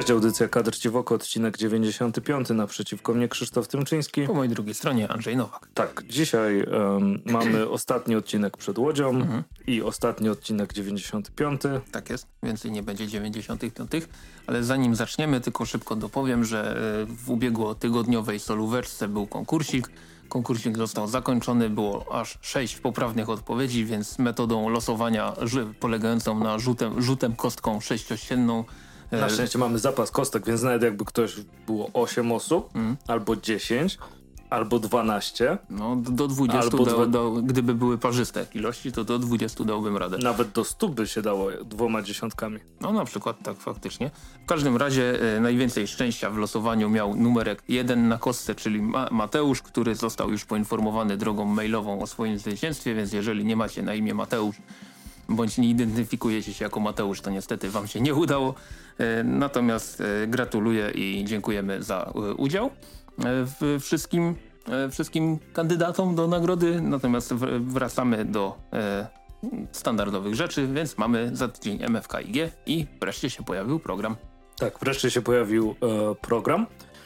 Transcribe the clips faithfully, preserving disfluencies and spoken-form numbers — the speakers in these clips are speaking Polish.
Cześć, audycja Kadr Ci w oko, odcinek dziewięćdziesiąty piąty, naprzeciwko mnie Krzysztof Tymczyński. Po mojej drugiej stronie Andrzej Nowak. Tak, dzisiaj um, mamy ostatni odcinek przed Łodzią mhm. i ostatni odcinek dziewięćdziesiąty piąty. Tak jest, więcej nie będzie dziewięćdziesiątych piątych, ale zanim zaczniemy, tylko szybko dopowiem, że w ubiegłotygodniowej solóweczce był konkursik. Konkursik został zakończony, było aż sześć poprawnych odpowiedzi, więc metodą losowania polegającą na rzutem, rzutem kostką sześciościenną. Na szczęście mamy zapas kostek, więc nawet jakby ktoś było osiem osób, mm. albo dziesięć, albo dwanaście. No do dwudziestu, albo do, dwa... do, gdyby były parzyste ilości, to do dwudziestu dałbym radę. Nawet do stu by się dało dwoma dziesiątkami. No na przykład tak faktycznie. W każdym razie e, najwięcej szczęścia w losowaniu miał numerek jeden na kostce, czyli Ma Mateusz, który został już poinformowany drogą mailową o swoim zwycięstwie, więc jeżeli nie macie na imię Mateusz, bądź nie identyfikujecie się jako Mateusz, to niestety wam się nie udało. E, natomiast e, gratuluję i dziękujemy za e, udział e, w wszystkim, e, wszystkim kandydatom do nagrody. Natomiast w, wracamy do e, standardowych rzeczy, więc mamy za tydzień M F K I G i wreszcie się pojawił program. Tak, wreszcie się pojawił e, program.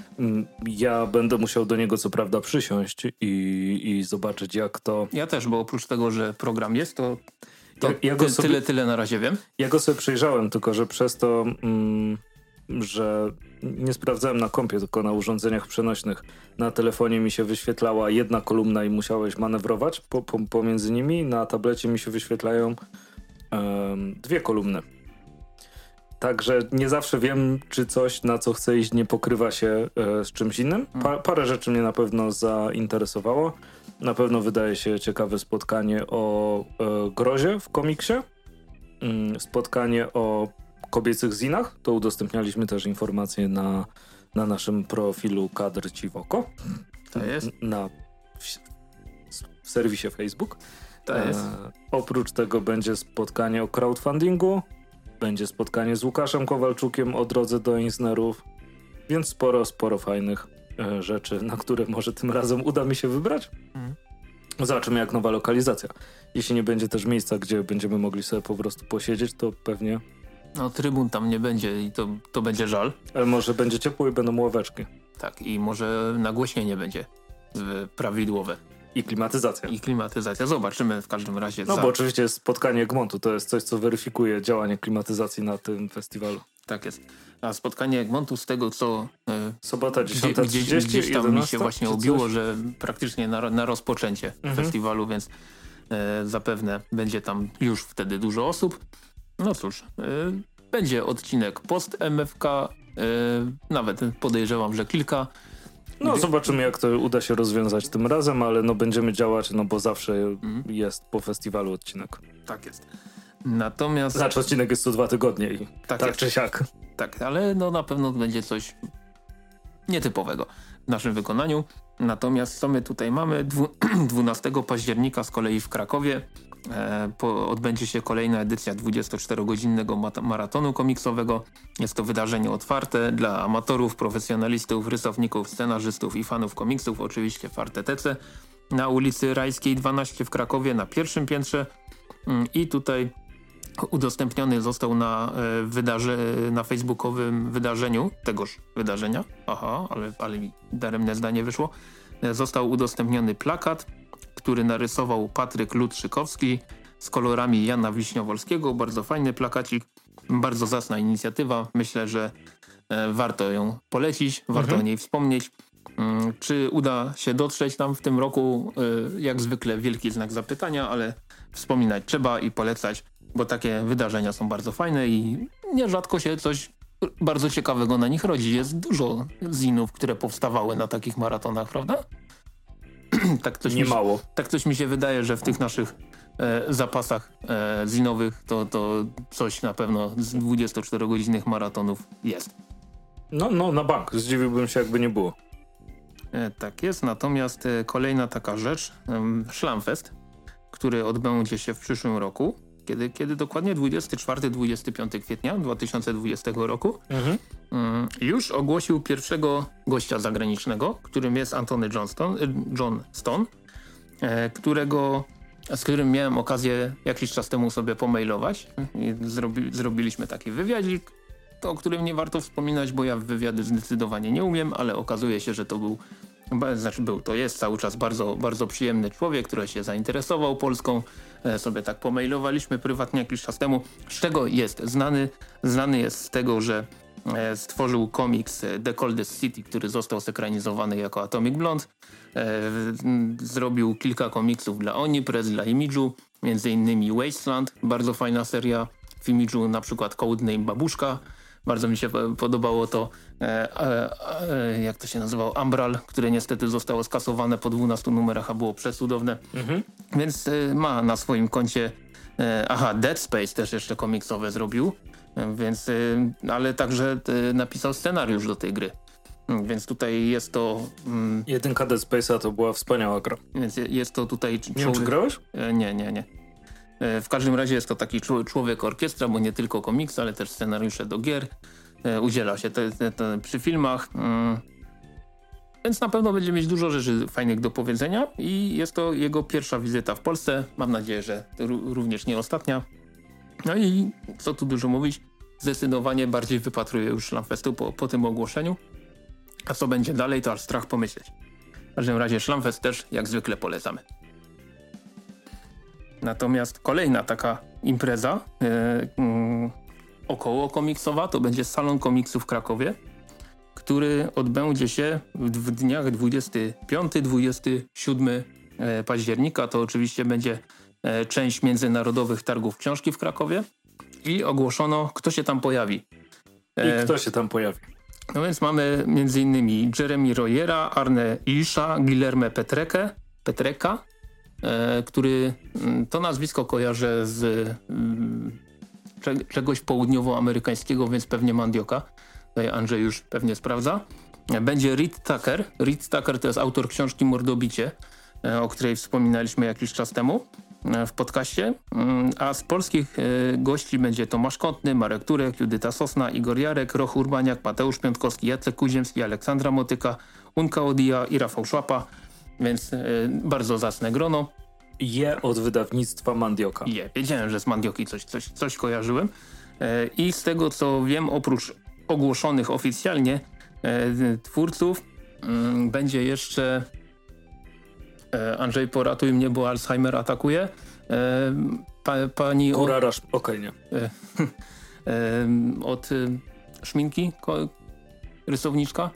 Ja będę musiał do niego co prawda przysiąść i, i zobaczyć jak to... Ja też, bo oprócz tego, że program jest, to... To ja, ja ty, sobie, tyle, tyle na razie wiem. Ja go sobie przejrzałem, tylko że przez to, mm, że nie sprawdzałem na kompie, tylko na urządzeniach przenośnych. Na telefonie mi się wyświetlała jedna kolumna i musiałeś manewrować po, po, pomiędzy nimi. Na tablecie mi się wyświetlają um, dwie kolumny. Także nie zawsze wiem, czy coś, na co chcę iść, nie pokrywa się e, z czymś innym. Pa, parę rzeczy mnie na pewno zainteresowało. Na pewno wydaje się ciekawe spotkanie o e, grozie w komiksie. Mm, spotkanie o kobiecych zinach. To udostępnialiśmy też informacje na, na naszym profilu Kadr Ci w oko. To jest. Na, w, w serwisie Facebook. To jest. E, oprócz tego będzie spotkanie o crowdfundingu. Będzie spotkanie z Łukaszem Kowalczukiem o drodze do Eisnerów. Więc sporo, sporo fajnych e, rzeczy, na które może tym razem uda mi się wybrać. Mm. Zobaczymy jak nowa lokalizacja. Jeśli nie będzie też miejsca, gdzie będziemy mogli sobie po prostu posiedzieć, to pewnie... No trybun tam nie będzie i to, to będzie żal. Ale może będzie ciepło i będą ławeczki. Tak, i może nagłośnienie będzie prawidłowe. I klimatyzacja. I klimatyzacja. Zobaczymy w każdym razie. No za... bo oczywiście jest spotkanie Egmontu. To jest coś, co weryfikuje działanie klimatyzacji na tym festiwalu. Tak jest. A spotkanie Egmontu z tego, co... E, Sobota dziesiąta trzydzieści, gdzieś tam mi się właśnie obiło, że praktycznie na, na rozpoczęcie mhm. festiwalu, więc e, zapewne będzie tam już wtedy dużo osób. No cóż, e, będzie odcinek post M F K, e, nawet podejrzewam, że kilka. No zobaczymy jak to uda się rozwiązać tym razem, ale no będziemy działać, no bo zawsze mhm. jest po festiwalu odcinek. Tak jest. Natomiast... Znaczy odcinek jest co dwa tygodnie i tak, tak czy siak. Tak, ale no na pewno będzie coś nietypowego w naszym wykonaniu. Natomiast co my tutaj mamy? dwunastego października z kolei w Krakowie e, po, odbędzie się kolejna edycja dwudziestoczterogodzinnego maratonu komiksowego. Jest to wydarzenie otwarte dla amatorów, profesjonalistów, rysowników, scenarzystów i fanów komiksów, oczywiście w Artetece na ulicy Rajskiej dwanaście w Krakowie na pierwszym piętrze. I tutaj udostępniony został na, e, wydarze, na facebookowym wydarzeniu tegoż wydarzenia. Aha, ale, ale mi daremne zdanie wyszło. E, został udostępniony plakat, który narysował Patryk Ludszykowski z kolorami Jana Wiśniowolskiego. Bardzo fajny plakacik, bardzo zacna inicjatywa. Myślę, że e, warto ją polecić, warto mhm. o niej wspomnieć. Hmm, czy uda się dotrzeć nam w tym roku? E, jak zwykle wielki znak zapytania, ale wspominać trzeba i polecać, bo takie wydarzenia są bardzo fajne i nierzadko się coś bardzo ciekawego na nich rodzi. Jest dużo zinów, które powstawały na takich maratonach, prawda? tak coś Nie mi, mało. Tak coś mi się wydaje, że w tych naszych e, zapasach e, zinowych to, to coś na pewno z dwudziestoczterogodzinnych maratonów jest. No, no na bank. Zdziwiłbym się, jakby nie było. E, tak jest. Natomiast e, kolejna taka rzecz, e, Szlamfest, który odbędzie się w przyszłym roku. Kiedy, kiedy dokładnie? dwudziestego czwartego do dwudziestego piątego kwietnia dwa tysiące dwudziestego roku. Mhm. Um, już ogłosił pierwszego gościa zagranicznego, którym jest Antony Johnston, John Stone, e, którego, z którym miałem okazję jakiś czas temu sobie pomailować. I zrobi, zrobiliśmy taki wywiadzik. o którym nie warto wspominać, bo ja w wywiady zdecydowanie nie umiem, ale okazuje się, że to był, znaczy był, to jest cały czas bardzo, bardzo przyjemny człowiek, który się zainteresował Polską. E, sobie tak pomailowaliśmy prywatnie jakiś czas temu. Z czego jest znany? Znany jest z tego, że e, stworzył komiks The Coldest City, który został zekranizowany jako Atomic Blonde. E, zrobił kilka komiksów dla Onipress, dla Image'u, między innymi Wasteland, bardzo fajna seria w Image'u, na przykład Codename Babuszka. Bardzo mi się podobało to, e, e, e, jak to się nazywało, Umbral, które niestety zostało skasowane po dwunastu numerach, a było przecudowne. Mhm. Więc e, ma na swoim koncie, e, aha, Dead Space też jeszcze komiksowe zrobił, e, więc, e, ale także e, napisał scenariusz do tej gry. Więc tutaj jest to... Mm, Jedynka Dead Space'a to była wspaniała gra. Więc jest to tutaj... Nie wiem, czy grałeś? E, nie, nie, nie. W każdym razie jest to taki człowiek orkiestra, bo nie tylko komiks, ale też scenariusze do gier. Udziela się te, te, te przy filmach. Więc na pewno będzie mieć dużo rzeczy fajnych do powiedzenia i jest to jego pierwsza wizyta w Polsce. Mam nadzieję, że również nie ostatnia. No i co tu dużo mówić, zdecydowanie bardziej wypatruję już Szlamfestu po, po tym ogłoszeniu. A co będzie dalej, to aż strach pomyśleć. W każdym razie Szlamfest też jak zwykle polecamy. Natomiast kolejna taka impreza yy, yy, około komiksowa to będzie Salon Komiksu w Krakowie, który odbędzie się w, w dniach dwudziestego piątego do dwudziestego siódmego października. To oczywiście będzie yy, część Międzynarodowych Targów Książki w Krakowie i ogłoszono, kto się tam pojawi. I kto się tam pojawi? No więc mamy między innymi Jeremy Royera, Arne Isza, Guillerme Petrekę, Petreka, E, który m, to nazwisko kojarzę z m, cze, czegoś południowoamerykańskiego, więc pewnie Mandioka. Tutaj Andrzej już pewnie sprawdza. E, będzie Reed Tucker. Reed Tucker to jest autor książki Mordobicie, e, o której wspominaliśmy jakiś czas temu e, w podcaście. E, a z polskich e, gości będzie Tomasz Kątny, Marek Turek, Judyta Sosna, Igor Jarek, Roch Urbaniak, Mateusz Piątkowski, Jacek Kuziemski, Aleksandra Motyka, Unka Odija i Rafał Szłapa. Więc y, bardzo zacne grono. Je od wydawnictwa Mandioka. Je, wiedziałem, że z Mandioki coś, coś, coś kojarzyłem. E, I z tego co wiem, oprócz ogłoszonych oficjalnie e, twórców, m, będzie jeszcze e, Andrzej, poratuj mnie, bo Alzheimer atakuje. E, pa, pani Kurarasz, okej, nie. E, e, od e, szminki, ko, rysowniczka.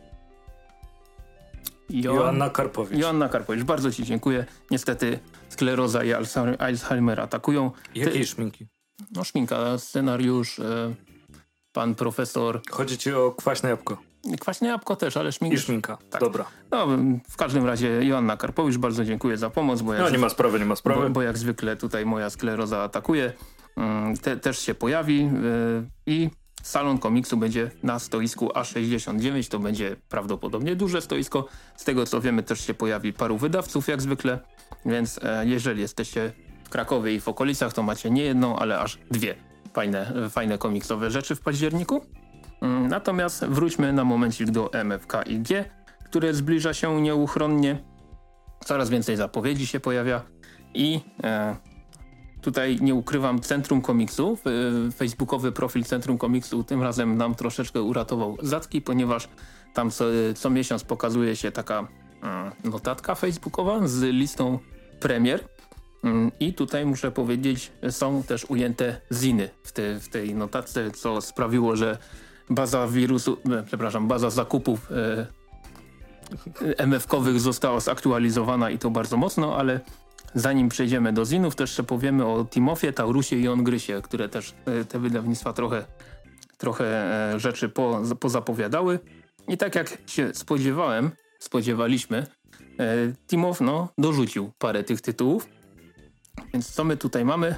Jo- Joanna Karpowicz. Joanna Karpowicz, bardzo ci dziękuję. Niestety skleroza i Alzheimer atakują. Jakiej Ty... szminki? No szminka, scenariusz, e, pan profesor. Chodzi ci o kwaśne jabłko. Kwaśne jabłko też, ale szminka. I szminka, tak. Dobra. No, w każdym razie Joanna Karpowicz, bardzo dziękuję za pomoc. Bo no nie ma sprawy, nie ma sprawy. Bo, bo jak zwykle tutaj moja skleroza atakuje. Te, też się pojawi e, i Salon Komiksu będzie na stoisku A sześćdziesiąt dziewięć, to będzie prawdopodobnie duże stoisko. Z tego co wiemy też się pojawi paru wydawców jak zwykle, więc e, jeżeli jesteście w Krakowie i w okolicach, to macie nie jedną, ale aż dwie fajne, fajne komiksowe rzeczy w październiku. Mm, natomiast wróćmy na momencik do M F K I G, które zbliża się nieuchronnie. Coraz więcej zapowiedzi się pojawia i... E, Tutaj nie ukrywam, Centrum Komiksu, facebookowy profil Centrum Komiksu tym razem nam troszeczkę uratował zatki, ponieważ tam co, co miesiąc pokazuje się taka mm, notatka facebookowa z listą premier mm, i tutaj muszę powiedzieć, są też ujęte ziny w, te, w tej notatce, co sprawiło, że baza wirusu, e, przepraszam, baza zakupów e, em ef kowych została zaktualizowana i to bardzo mocno, ale zanim przejdziemy do zinów, to jeszcze powiemy o Timofie, Taurusie i Ongrysie, które też e, te wydawnictwa trochę, trochę e, rzeczy po, pozapowiadały. I tak jak się spodziewałem, spodziewaliśmy, e, Timof no, dorzucił parę tych tytułów. Więc co my tutaj mamy?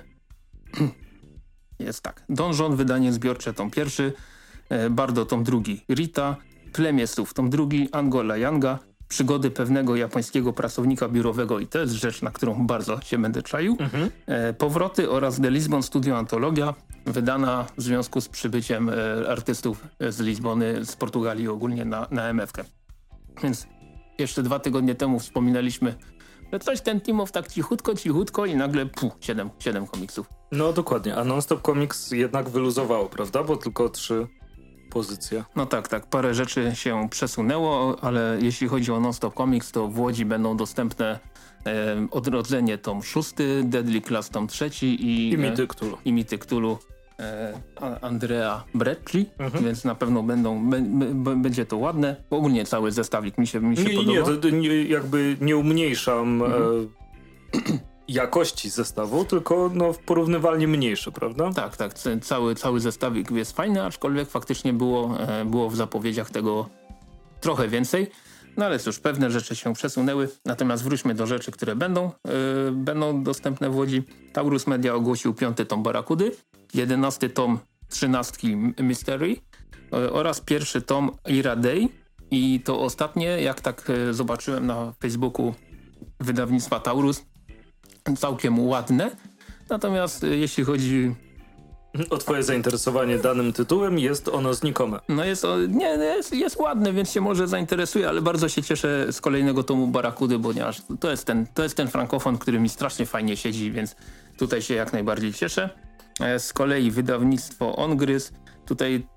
Jest tak. Donżon, wydanie zbiorcze, tom pierwszy, e, Bardo, tom drugi, Rita, Plemię Słów, tom drugi, Angola Yanga, Przygody pewnego japońskiego pracownika biurowego i to jest rzecz, na którą bardzo się będę czaił. Mhm. E, Powroty oraz The Lisbon Studio Antologia, wydana w związku z przybyciem e, artystów z Lizbony, z Portugalii ogólnie na, na em ef kę. Więc jeszcze dwa tygodnie temu wspominaliśmy, że coś ten Timof tak cichutko, cichutko i nagle puh, siedem, siedem komiksów. No dokładnie, a Non-Stop Comics jednak wyluzowało, prawda? Bo tylko trzy pozycja. No tak, tak. Parę rzeczy się przesunęło, ale jeśli chodzi o Non-Stop Comics, to w Łodzi będą dostępne e, Odrodzenie tom szósty, Deadly Class tom trzeci i, I Mity Cthulhu. I Mity Cthulhu e, Andrea Brecci, mhm. więc na pewno będą, b, b, będzie to ładne. Ogólnie cały zestawik mi się, mi się nie, podoba. Nie, to, to nie, jakby nie umniejszam mhm. e, jakości zestawu, tylko no, porównywalnie mniejszy, prawda? Tak, tak. Cały, cały zestawik jest fajny, aczkolwiek faktycznie było, e, było w zapowiedziach tego trochę więcej. No ale cóż, pewne rzeczy się przesunęły. Natomiast wróćmy do rzeczy, które będą, yy, będą dostępne w Łodzi. Taurus Media ogłosił piąty tom Barakudy, jedenasty tom trzynastki Mystery yy, oraz pierwszy tom Ira Day. I to ostatnie, jak tak yy, zobaczyłem na Facebooku wydawnictwa Taurus, całkiem ładne. Natomiast yy, jeśli chodzi... O twoje zainteresowanie danym tytułem jest ono znikome. No jest, nie, jest, jest ładne, więc się może zainteresuje, ale bardzo się cieszę z kolejnego tomu Barakudy, ponieważ to jest ten, to jest ten frankofon, który mi strasznie fajnie siedzi, więc tutaj się jak najbardziej cieszę. Z kolei wydawnictwo Ongryz, tutaj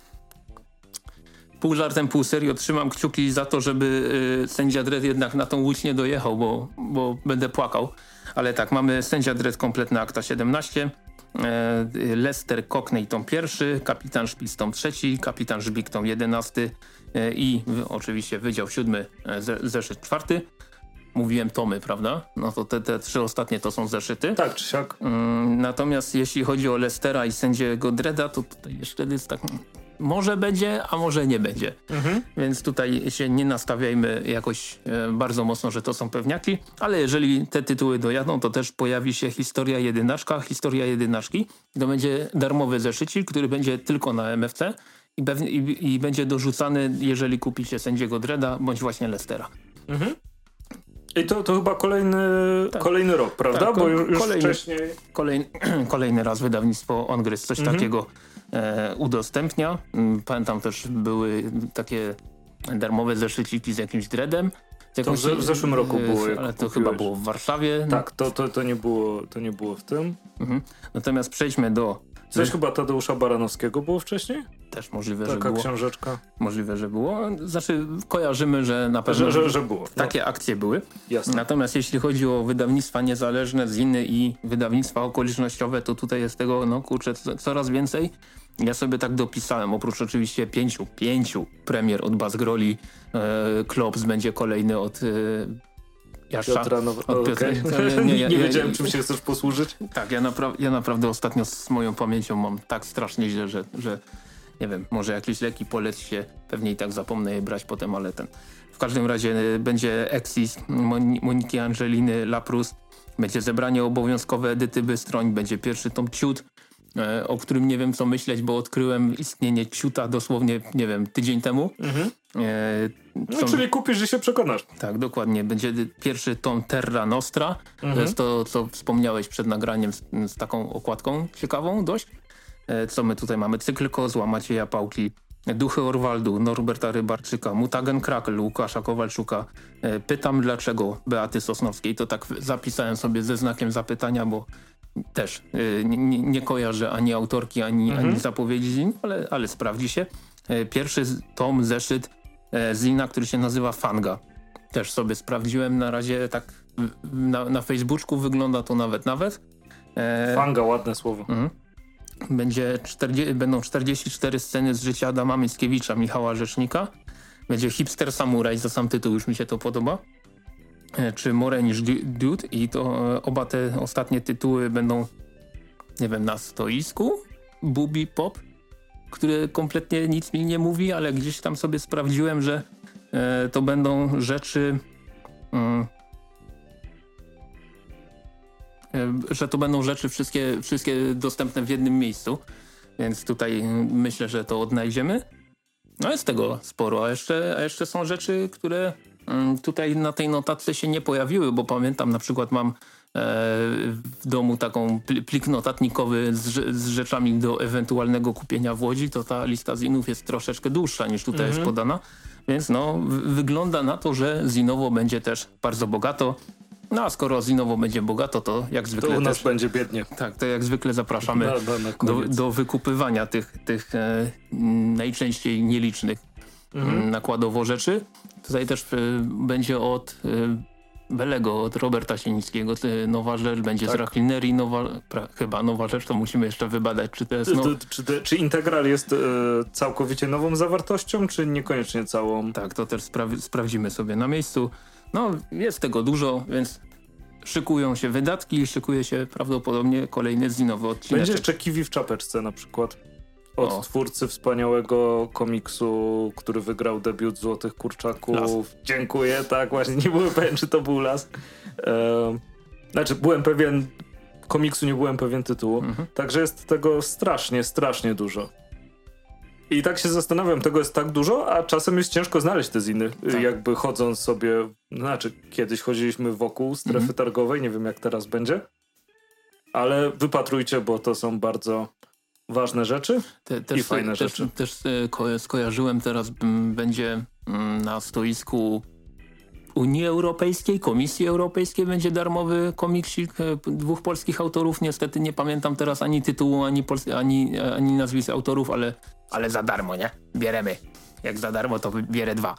pół żartem, pół serio trzymam kciuki za to, żeby y, Sędzia Dredd jednak na tą łódź nie dojechał, bo, bo będę płakał. Ale tak, mamy Sędzia Dredd kompletne akta siedemnaście, Lester Cockney tom pierwszy, Kapitan Szpic tom trzeci, Kapitan Żbik tom jedenasty i oczywiście Wydział siódmy, zeszyt czwarty. Mówiłem tomy, prawda? No to te, te trzy ostatnie to są zeszyty. Tak czy siak. Natomiast jeśli chodzi o Lestera i Sędziego Dredda, to tutaj jeszcze jest tak... Może będzie, a może nie będzie. Mhm. Więc tutaj się nie nastawiajmy jakoś e, bardzo mocno, że to są pewniaki, ale jeżeli te tytuły dojadą, to też pojawi się historia jedynaczka, historia jedynaczki. To będzie darmowy zeszycik, który będzie tylko na M F C i, pewnie, i, i będzie dorzucany, jeżeli kupicie Sędziego Dredda bądź właśnie Lestera. Mhm. I to, to chyba kolejny, tak. kolejny rok, prawda? Tak, Bo już kolejny, wcześniej... Kolejny, kolejny raz wydawnictwo Ongryz coś mhm. takiego e, udostępnia. Pamiętam też były takie darmowe zeszyciki z jakimś dreadem. Z jakąś, to w, w zeszłym roku było. Ale to kupiłeś. Chyba było w Warszawie. Tak, to, to, to, nie, było, to nie było w tym. Mhm. Natomiast przejdźmy do... Coś chyba Tadeusza Baranowskiego było wcześniej? Też możliwe, Taka że było. Taka książeczka. Możliwe, że było. Znaczy kojarzymy, że na pewno że, że, że było. takie no. akcje były. Jasne. Natomiast jeśli chodzi o wydawnictwa niezależne, ziny i wydawnictwa okolicznościowe, to tutaj jest tego, no kurczę, coraz więcej. Ja sobie tak dopisałem, oprócz oczywiście pięciu, pięciu premier od Baz Groli, e, Klops będzie kolejny od... E, Jasza. Piotra, no, od Piotra. Okay. nie, ja, nie wiedziałem, ja, czym się chcesz posłużyć. Tak, ja, napra ja naprawdę ostatnio z moją pamięcią mam tak strasznie źle, że, że nie wiem, może jakieś leki poleci się, pewnie i tak zapomnę je brać potem, ale ten. W każdym razie będzie Exis, Mon Moniki Angeliny, Laprus, będzie zebranie obowiązkowe Edyty Bystroń, będzie pierwszy tom Ciut, e, o którym nie wiem co myśleć, bo odkryłem istnienie Ciuta dosłownie, nie wiem, tydzień temu. Mhm. E, no, są... Czyli kupisz, że się przekonasz. Tak, dokładnie. Będzie pierwszy tom Terra Nostra. Mhm. To jest to, co wspomniałeś przed nagraniem z, z taką okładką ciekawą dość. E, co my tutaj mamy? Cykl Kozła, Macieja Pałki, Duchy Orwaldu, Norberta Rybarczyka, Mutagen Krakel, Łukasza Kowalczuka. E, Pytam dlaczego Beaty Sosnowskiej. To tak zapisałem sobie ze znakiem zapytania, bo też e, nie, nie kojarzę ani autorki, ani, mhm. ani zapowiedzi, ale, ale sprawdzi się. E, pierwszy tom, zeszyt Zina, który się nazywa Fanga. Też sobie sprawdziłem na razie tak na, na Facebooku wygląda to nawet nawet. E, Fanga, ładne słowo. Mhm. Będzie czterdzieści, będą czterdzieści cztery sceny z życia Adama Mickiewicza, Michała Rzecznika. Będzie Hipster Samuraj, za sam tytuł już mi się to podoba. E, czy More niż Dude i to e, oba te ostatnie tytuły będą, nie wiem, na stoisku. Bubi Pop, który kompletnie nic mi nie mówi, ale gdzieś tam sobie sprawdziłem, że e, to będą rzeczy mm, e, że to będą rzeczy wszystkie, wszystkie dostępne w jednym miejscu, więc tutaj myślę, że to odnajdziemy. No jest tego sporo, a jeszcze, a jeszcze są rzeczy, które mm, tutaj na tej notatce się nie pojawiły, bo pamiętam, na przykład mam w domu taką plik notatnikowy z, z rzeczami do ewentualnego kupienia w Łodzi, to ta lista zinów jest troszeczkę dłuższa niż tutaj mm-hmm. jest podana, więc no wygląda na to, że zinowo będzie też bardzo bogato. No a skoro Zinowo będzie bogato, to jak zwykle to u nas też, będzie biednie. Tak, to jak zwykle zapraszamy na, na, na do, do wykupywania tych, tych e, najczęściej nielicznych mhm. nakładowo rzeczy. Tutaj też e, będzie od e, Belego, od Roberta Sienickiego nowa rzecz, będzie tak. z Rachlinerii nowa, pra, chyba nowa rzecz, to musimy jeszcze wybadać, czy to jest... No... Czy, czy, czy Integral jest e, całkowicie nową zawartością, czy niekoniecznie całą? Tak, to też spra- sprawdzimy sobie na miejscu. No, jest tego dużo, więc szykują się wydatki i szykuje się prawdopodobnie kolejny zinowy odcinek. Będzie jeszcze Kiwi w czapeczce na przykład. Od o. twórcy wspaniałego komiksu, który wygrał debiut Złotych Kurczaków. Las. Dziękuję, tak właśnie, nie byłem pewien, czy to był Las. E, znaczy, byłem pewien komiksu, nie byłem pewien tytułu. Mhm. Także jest tego strasznie, strasznie dużo. I tak się zastanawiam, tego jest tak dużo, a czasem jest ciężko znaleźć te ziny. Tak. Jakby chodząc sobie, znaczy kiedyś chodziliśmy wokół strefy mhm. targowej, nie wiem jak teraz będzie. Ale wypatrujcie, bo to są bardzo... ważne rzeczy Te, też, i fajne też, rzeczy. Też, też ko- skojarzyłem teraz, m, będzie m, na stoisku Unii Europejskiej, Komisji Europejskiej będzie darmowy komiksik e, dwóch polskich autorów. Niestety nie pamiętam teraz ani tytułu, ani, pols- ani, ani nazwisk autorów, ale, ale za darmo, nie? Bieremy. Jak za darmo, to bierę dwa.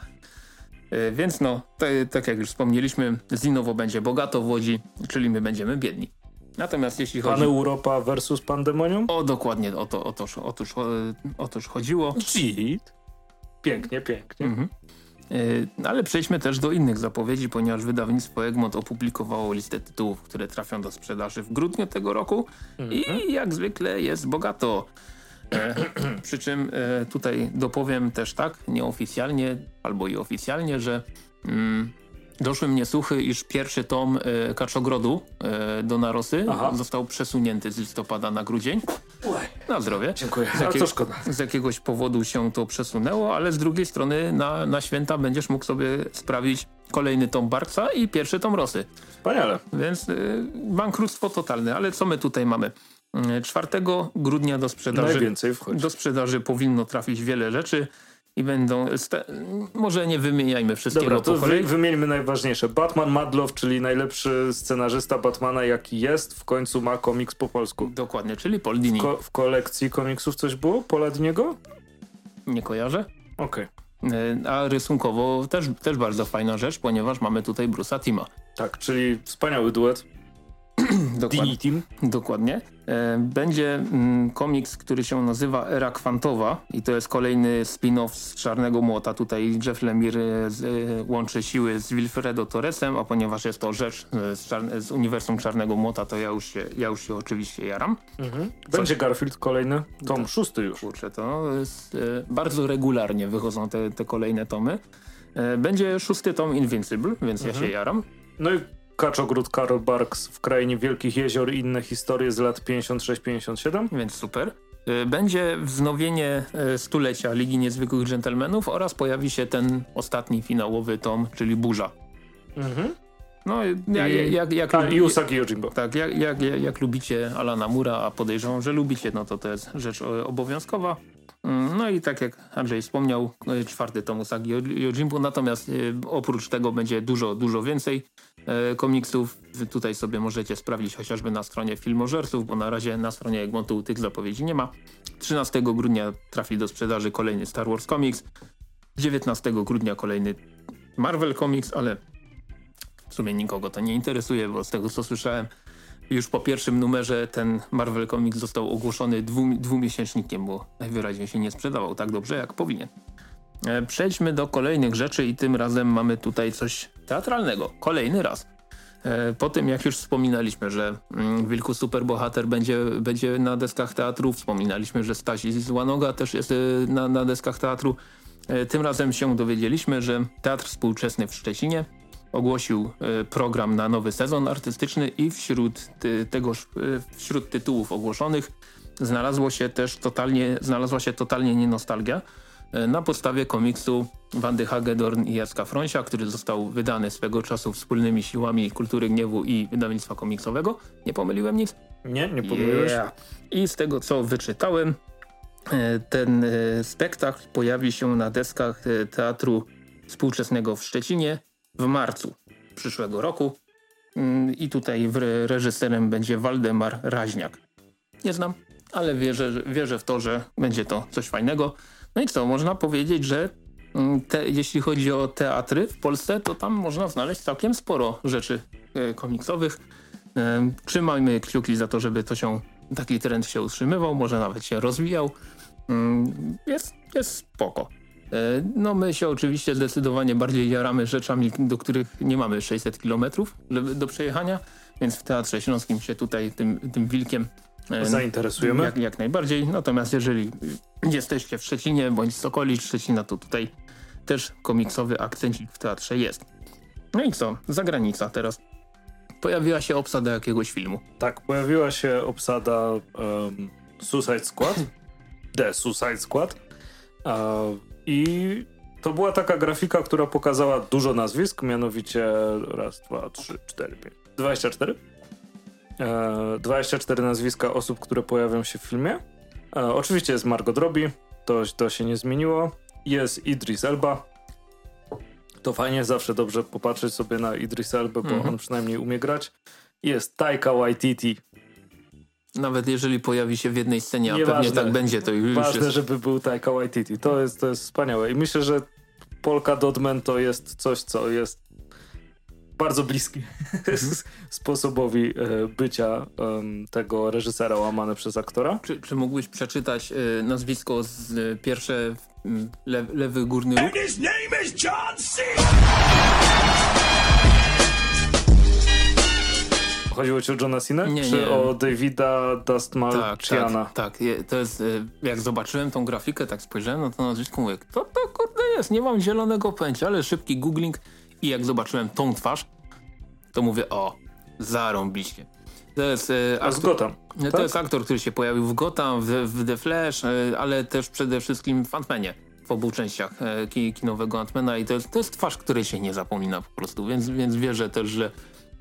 E, więc no, te, tak jak już wspomnieliśmy, zinowo będzie bogato w Łodzi, czyli my będziemy biedni. Natomiast jeśli chodzi... Pan Europa versus Pandemonium? O, dokładnie, o to, o to, otóż, o, otóż chodziło. Cheat. Pięknie, pięknie. Mhm. Yy, ale przejdźmy też do innych zapowiedzi, ponieważ wydawnictwo Egmont opublikowało listę tytułów, które trafią do sprzedaży w grudniu tego roku mhm. i jak zwykle jest bogato. E, przy czym e, tutaj dopowiem też tak, nieoficjalnie albo i oficjalnie, że mm, doszły mnie słuchy, iż pierwszy tom e, Kaczogrodu e, do Narosy Aha. został przesunięty z listopada na grudzień. Na zdrowie. Dziękuję. Z, jakie, to szkoda. z jakiegoś powodu się to przesunęło, ale z drugiej strony na, na święta będziesz mógł sobie sprawić kolejny tom Barksa i pierwszy tom Rosy. Wspaniale. Więc y, bankructwo totalne, ale co my tutaj mamy? czwartego grudnia do sprzedaży, Najwięcej wchodzi. do sprzedaży powinno trafić wiele rzeczy. I będą... Może nie wymieniajmy wszystkiego Dobra, to po kolei. Wy, wymieńmy najważniejsze. Batman Madlov, czyli najlepszy scenarzysta Batmana jaki jest, w końcu ma komiks po polsku. Dokładnie, czyli Paul Dini. W, ko w kolekcji komiksów coś było? Paula Diniego? Nie kojarzę. Okej. Okay. A rysunkowo też, też bardzo fajna rzecz, ponieważ mamy tutaj Bruce'a Tima. Tak, czyli wspaniały duet. Dini Team. Dokładnie. Będzie mm, komiks, który się nazywa Era Kwantowa i to jest kolejny spin-off z Czarnego Młota. Tutaj Jeff Lemire z, y, łączy siły z Wilfredo Torresem, a ponieważ jest to rzecz z, z uniwersum Czarnego Młota, to ja już się, ja już się oczywiście jaram. Mhm. Będzie Co? Garfield kolejny, tom to, szósty już. Kurczę, to jest, y, bardzo regularnie wychodzą te, te kolejne tomy. Y, będzie szósty tom Invincible, więc mhm. ja się jaram. No i Kaczogród Karol Barks w Krainie Wielkich Jezior i inne historie z lat pięćdziesiąt sześć pięćdziesiąt siedem. Więc super. Będzie wznowienie stulecia Ligi Niezwykłych Dżentelmenów oraz pojawi się ten ostatni finałowy tom, czyli Burza. Mhm. No jak, jak, jak, jak tak, i Usagi Yojimbo. Tak, jak, jak, jak, jak lubicie Alana Moore'a, a podejrzewam, że lubicie, no to to jest rzecz obowiązkowa. No i tak jak Andrzej wspomniał, czwarty tom Usagi Yojimbo, natomiast oprócz tego będzie dużo, dużo więcej komiksów. Tutaj sobie możecie sprawdzić chociażby na stronie Filmożerców, bo na razie na stronie Egmontu tych zapowiedzi nie ma. trzynastego grudnia trafi do sprzedaży kolejny Star Wars Comics. dziewiętnastego grudnia kolejny Marvel Comics, ale w sumie nikogo to nie interesuje, bo z tego co słyszałem, już po pierwszym numerze ten Marvel Comics został ogłoszony dwu, dwumiesięcznikiem, bo najwyraźniej się nie sprzedawał tak dobrze jak powinien. E, przejdźmy do kolejnych rzeczy i tym razem mamy tutaj coś teatralnego. Kolejny raz. E, po tym jak już wspominaliśmy, że mm, Wilku Superbohater będzie, będzie na deskach teatru, wspominaliśmy, że Staś z Łanoga też jest e, na, na deskach teatru. E, tym razem się dowiedzieliśmy, że Teatr Współczesny w Szczecinie ogłosił e, program na nowy sezon artystyczny i wśród ty, tegoż, e, wśród tytułów ogłoszonych znalazło się też totalnie, znalazła się totalnie nie nostalgia e, na podstawie komiksu Wandy Hagedorn i Jacka Fronsia, który został wydany swego czasu wspólnymi siłami Kultury Gniewu i wydawnictwa komiksowego. Nie pomyliłem nic? Nie, nie pomyliłeś. Yeah. I z tego co wyczytałem, e, ten e, spektakl pojawi się na deskach e, Teatru Współczesnego w Szczecinie w marcu przyszłego roku. I tutaj reżyserem będzie Waldemar Raźniak. Nie znam, ale wierzę, wierzę w to, że będzie to coś fajnego. No i co, można powiedzieć, że te, jeśli chodzi o teatry w Polsce, to tam można znaleźć całkiem sporo rzeczy e, komiksowych. E, trzymajmy kciuki za to, żeby to się, taki trend się utrzymywał, może nawet się rozwijał. E, jest, jest spoko. E, no my się oczywiście zdecydowanie bardziej jaramy rzeczami, do których nie mamy sześćset kilometrów do przejechania, więc w Teatrze Śląskim się tutaj tym, tym wilkiem zainteresujemy. Jak, jak najbardziej. Natomiast jeżeli jesteście w Szczecinie bądź Sokolic Szczecina, to tutaj też komiksowy akcencik w teatrze jest. No i co? Zagranica teraz. Pojawiła się obsada jakiegoś filmu. Tak, pojawiła się obsada um, Suicide Squad. The Suicide Squad. Uh, I to była taka grafika, która pokazała dużo nazwisk, mianowicie raz, dwa, trzy, cztery, pięć, dwadzieścia cztery. dwadzieścia cztery nazwiska osób, które pojawią się w filmie. E, oczywiście jest Margot Robbie, to, to się nie zmieniło. Jest Idris Elba. To fajnie, zawsze dobrze popatrzeć sobie na Idris Elbę, bo mm-hmm. on przynajmniej umie grać. Jest Taika Waititi. Nawet jeżeli pojawi się w jednej scenie, a nie pewnie ważne, tak będzie, to już ważne, jest... żeby był Taika Waititi. To jest, to jest wspaniałe. I myślę, że Polka Dot Man to jest coś, co jest bardzo bliski sposobowi e, bycia um, tego reżysera łamane przez aktora. Czy, czy mógłbyś przeczytać e, nazwisko z e, pierwsze le, lewy górny róg? And his name is John C. Chodziło ci o Johna Cena? Nie, czy nie. o Davida Dastmalchiana? Tak, tak, tak. To jest, jak zobaczyłem tą grafikę, tak spojrzałem na to nazwisko, mówię, kto to kurde jest? Nie mam zielonego pojęcia, ale szybki googling i jak zobaczyłem tą twarz, to mówię, o, zarąbiście. To jest, e, A z Gotham, to tak? jest aktor, który się pojawił w Gotham, w, w The Flash, e, ale też przede wszystkim w Ant-Manie, w obu częściach e, kinowego Ant-Mana i to jest, to jest twarz, której się nie zapomina po prostu, więc, więc wierzę też, że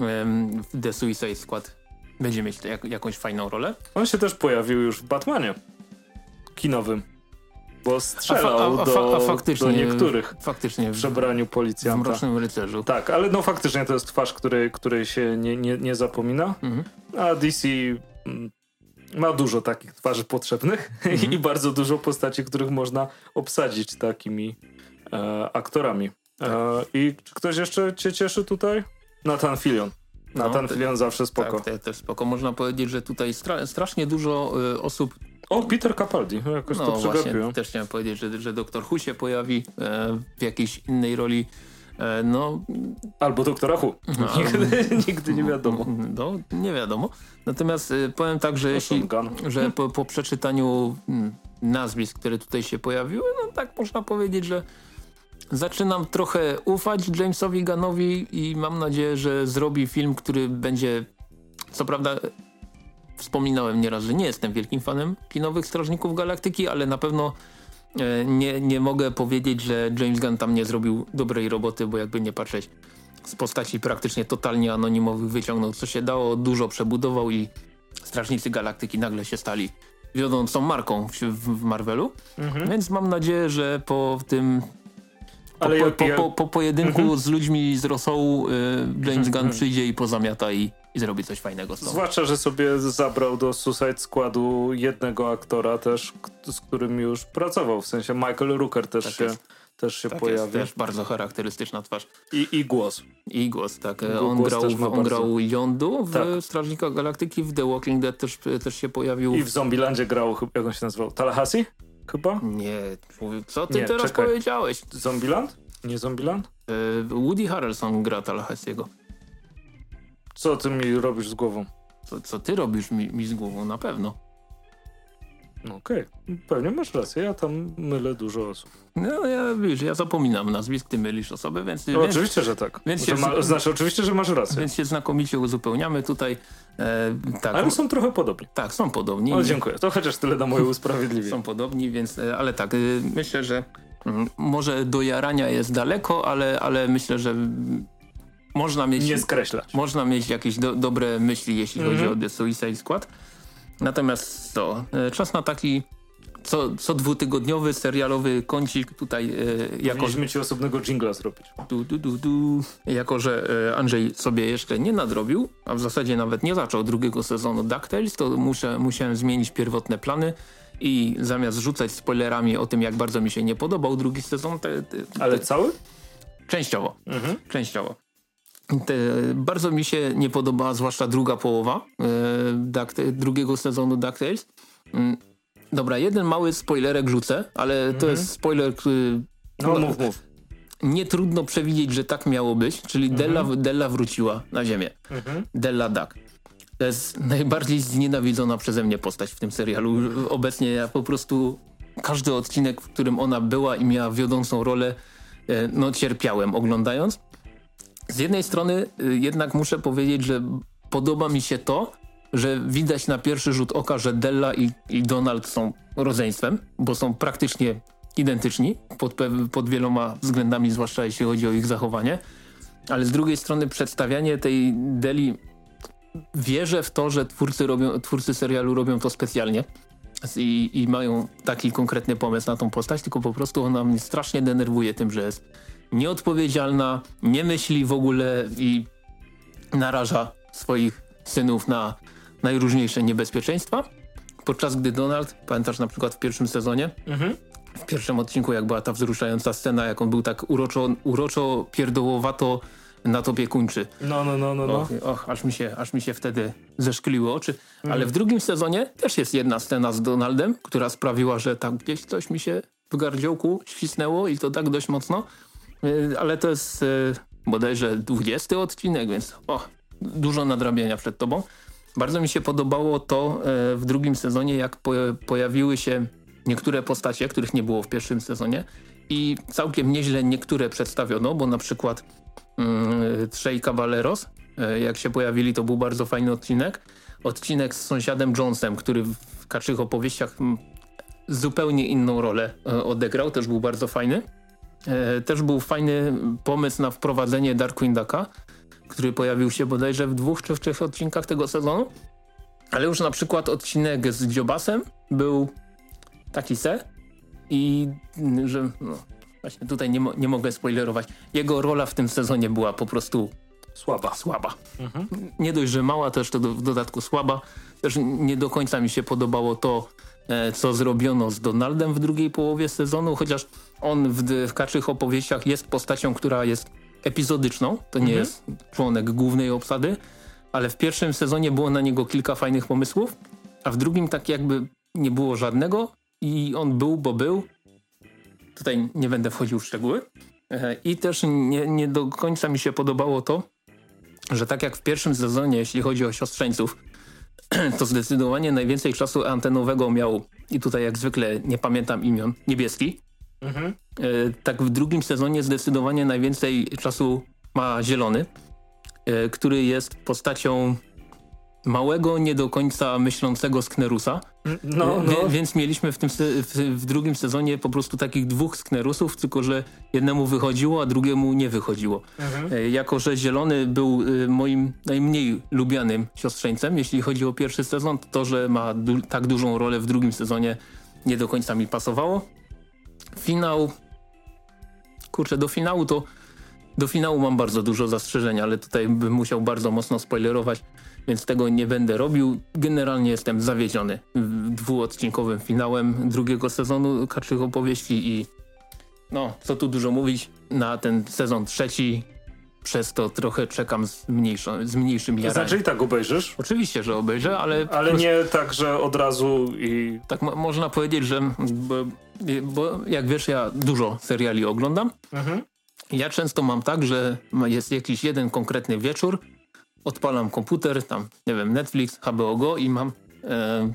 w The Suicide Squad będzie mieć jak, jakąś fajną rolę. On się też pojawił już w Batmanie kinowym, bo strzelał a fa, a, do, a faktycznie, do niektórych faktycznie w przebraniu policjanta. W Mrocznym Rycerzu. Tak, ale no faktycznie to jest twarz, której, której się nie, nie, nie zapomina, mhm. a D C mm, ma dużo takich twarzy potrzebnych mhm. i bardzo dużo postaci, których można obsadzić takimi e, aktorami. Tak. E, I czy ktoś jeszcze cię cieszy tutaj? Nathan Fillion. Nathan no, Fillion zawsze spoko. Tak, te, też spoko. Można powiedzieć, że tutaj stra strasznie dużo y, osób... O, Peter Capaldi. Jakoś no, to przegapiłem. Właśnie, też chciałem powiedzieć, że, że doktor Who się pojawi e, w jakiejś innej roli. E, no, albo doktora Who. No, nigdy, nigdy nie wiadomo. No, nie wiadomo. Natomiast y, powiem tak, że, jeśli, że po, po przeczytaniu mm, nazwisk, które tutaj się pojawiły, no tak można powiedzieć, że zaczynam trochę ufać Jamesowi Gunnowi i mam nadzieję, że zrobi film, który będzie, co prawda wspominałem nieraz, że nie jestem wielkim fanem kinowych Strażników Galaktyki, ale na pewno e, nie, nie mogę powiedzieć, że James Gunn tam nie zrobił dobrej roboty, bo jakby nie patrzeć, z postaci praktycznie totalnie anonimowych wyciągnął co się dało, dużo przebudował i Strażnicy Galaktyki nagle się stali wiodącą marką w, w Marvelu, mhm. więc mam nadzieję, że po tym Po, Ale po, ja, ja... po, po pojedynku mm-hmm. z ludźmi z rosołu y, James Gunn mm-hmm. przyjdzie i pozamiata i, i zrobi coś fajnego z tą. Zwłaszcza, że sobie zabrał do Suicide Squadu jednego aktora też, z którym już pracował. W sensie Michael Rooker też tak się, też się tak pojawi. Jest też bardzo charakterystyczna twarz. I, i głos. I głos, tak. I on głos grał, on bardzo... grał Yondu w tak. Strażnikach Galaktyki, w The Walking Dead też, też się pojawił. I w Zombielandzie grał, jak on się nazywał? Tallahassee? Chyba? Nie, co ty Nie, teraz czekaj. powiedziałeś? Zombieland? Nie Zombieland? Yy, Woody Harrelson gra Tallahassee'ego. Co ty mi robisz z głową? Co, co ty robisz mi, mi z głową? Na pewno. No okej, okay. Pewnie masz rację, ja tam mylę dużo osób. No ja wiesz, ja zapominam nazwisk, ty mylisz osoby, więc... No, więc oczywiście, że tak. Więc że ma, znaczy oczywiście, że masz rację. Więc się znakomicie uzupełniamy tutaj. E, tak. Ale są trochę podobni. Tak, są podobni. O, dziękuję, to chociaż tyle na moje usprawiedliwienie. Są podobni, więc, ale tak, myślę, że może do jarania jest daleko, ale, ale myślę, że można mieć... Nie skreślać. Można mieć jakieś do, dobre myśli, jeśli mm-hmm. chodzi o The Suicide Squad. Natomiast to, czas na taki co, co dwutygodniowy serialowy kącik tutaj. E, jako Powinniśmy ci osobnego dżingla zrobić. Du, du, du, du. Jako, że e, Andrzej sobie jeszcze nie nadrobił, a w zasadzie nawet nie zaczął drugiego sezonu DuckTales, to muszę, musiałem zmienić pierwotne plany i zamiast rzucać spoilerami o tym, jak bardzo mi się nie podobał drugi sezon. Te, te, te, Ale cały? Częściowo. Mhm. Częściowo. Te, bardzo mi się nie podobała zwłaszcza druga połowa e, Duck, drugiego sezonu DuckTales. Mm, dobra, jeden mały spoilerek rzucę, ale mhm. to jest spoiler, który... No, no mów, mów. Nie trudno przewidzieć, że tak miało być, czyli mhm. Della, Della wróciła na ziemię. Mhm. Della Duck. To jest najbardziej znienawidzona przeze mnie postać w tym serialu. Obecnie ja po prostu każdy odcinek, w którym ona była i miała wiodącą rolę, e, no cierpiałem oglądając. Z jednej strony jednak muszę powiedzieć, że podoba mi się to, że widać na pierwszy rzut oka, że Della i, i Donald są rodzeństwem, bo są praktycznie identyczni pod, pod wieloma względami, zwłaszcza jeśli chodzi o ich zachowanie. Ale z drugiej strony przedstawianie tej Deli, wierzę w to, że twórcy, robią, twórcy serialu robią to specjalnie i, i mają taki konkretny pomysł na tą postać, tylko po prostu ona mnie strasznie denerwuje tym, że jest nieodpowiedzialna, nie myśli w ogóle i naraża swoich synów na najróżniejsze niebezpieczeństwa. Podczas gdy Donald, pamiętasz na przykład w pierwszym sezonie, mhm. w pierwszym odcinku, jak była ta wzruszająca scena, jak on był tak uroczo, uroczo pierdołowato na tobie kuńczy. No, no, no, no. no. Och, och, aż mi się, aż mi się wtedy zeszkliły oczy. Mhm. Ale w drugim sezonie też jest jedna scena z Donaldem, która sprawiła, że tam gdzieś coś mi się w gardziołku świsnęło i to tak dość mocno. Ale to jest bodajże dwudziesty odcinek, więc o, dużo nadrabiania przed tobą. Bardzo mi się podobało to w drugim sezonie, jak po, pojawiły się niektóre postacie, których nie było w pierwszym sezonie i całkiem nieźle niektóre przedstawiono, bo na przykład mm, Trzej Caballeros, jak się pojawili, to był bardzo fajny odcinek. Odcinek z sąsiadem Jonesem, który w Kaczych Opowieściach zupełnie inną rolę odegrał, też był bardzo fajny. Też był fajny pomysł na wprowadzenie Darkwing Ducka, który pojawił się bodajże w dwóch czy w trzech odcinkach tego sezonu. Ale już na przykład odcinek z Dziobasem był taki se i że no, właśnie tutaj nie, mo nie mogę spoilerować. Jego rola w tym sezonie była po prostu słaba. słaba. Mhm. Nie dość, że mała, to jeszcze do, w dodatku słaba. Też nie do końca mi się podobało to, co zrobiono z Donaldem w drugiej połowie sezonu, chociaż on w, w Kaczych Opowieściach jest postacią, która jest epizodyczną, to nie mhm. jest członek głównej obsady, ale w pierwszym sezonie było na niego kilka fajnych pomysłów, a w drugim tak jakby nie było żadnego i on był, bo był. Tutaj nie będę wchodził w szczegóły. I też nie, nie do końca mi się podobało to, że tak jak w pierwszym sezonie, jeśli chodzi o siostrzeńców, to zdecydowanie najwięcej czasu antenowego miał, i tutaj jak zwykle nie pamiętam imion, Niebieski. Mhm. E, tak w drugim sezonie zdecydowanie najwięcej czasu ma Zielony, e, który jest postacią małego, nie do końca myślącego Sknerusa. No, no. Wie, więc mieliśmy w tym w, w drugim sezonie po prostu takich dwóch Sknerusów, tylko że jednemu wychodziło, a drugiemu nie wychodziło. Mhm. E, jako że Zielony był e, moim najmniej lubianym siostrzeńcem, jeśli chodzi o pierwszy sezon, to, to że ma du tak dużą rolę w drugim sezonie, nie do końca mi pasowało. Finał... Kurczę, do finału to... Do finału mam bardzo dużo zastrzeżeń, ale tutaj bym musiał bardzo mocno spoilerować, więc tego nie będę robił. Generalnie jestem zawiedziony dwuodcinkowym finałem drugiego sezonu Kaczych Opowieści i no, co tu dużo mówić, na ten sezon trzeci przez to trochę czekam z, mniejszą, z mniejszym jaraniem. Znaczy i tak obejrzysz? Oczywiście, że obejrzę, ale... Ale prostu, nie tak, że od razu i... Tak mo można powiedzieć, że... Bo, bo jak wiesz, ja dużo seriali oglądam. Mhm. Ja często mam tak, że jest jakiś jeden konkretny wieczór, odpalam komputer, tam, nie wiem, Netflix, H B O Go i mam e,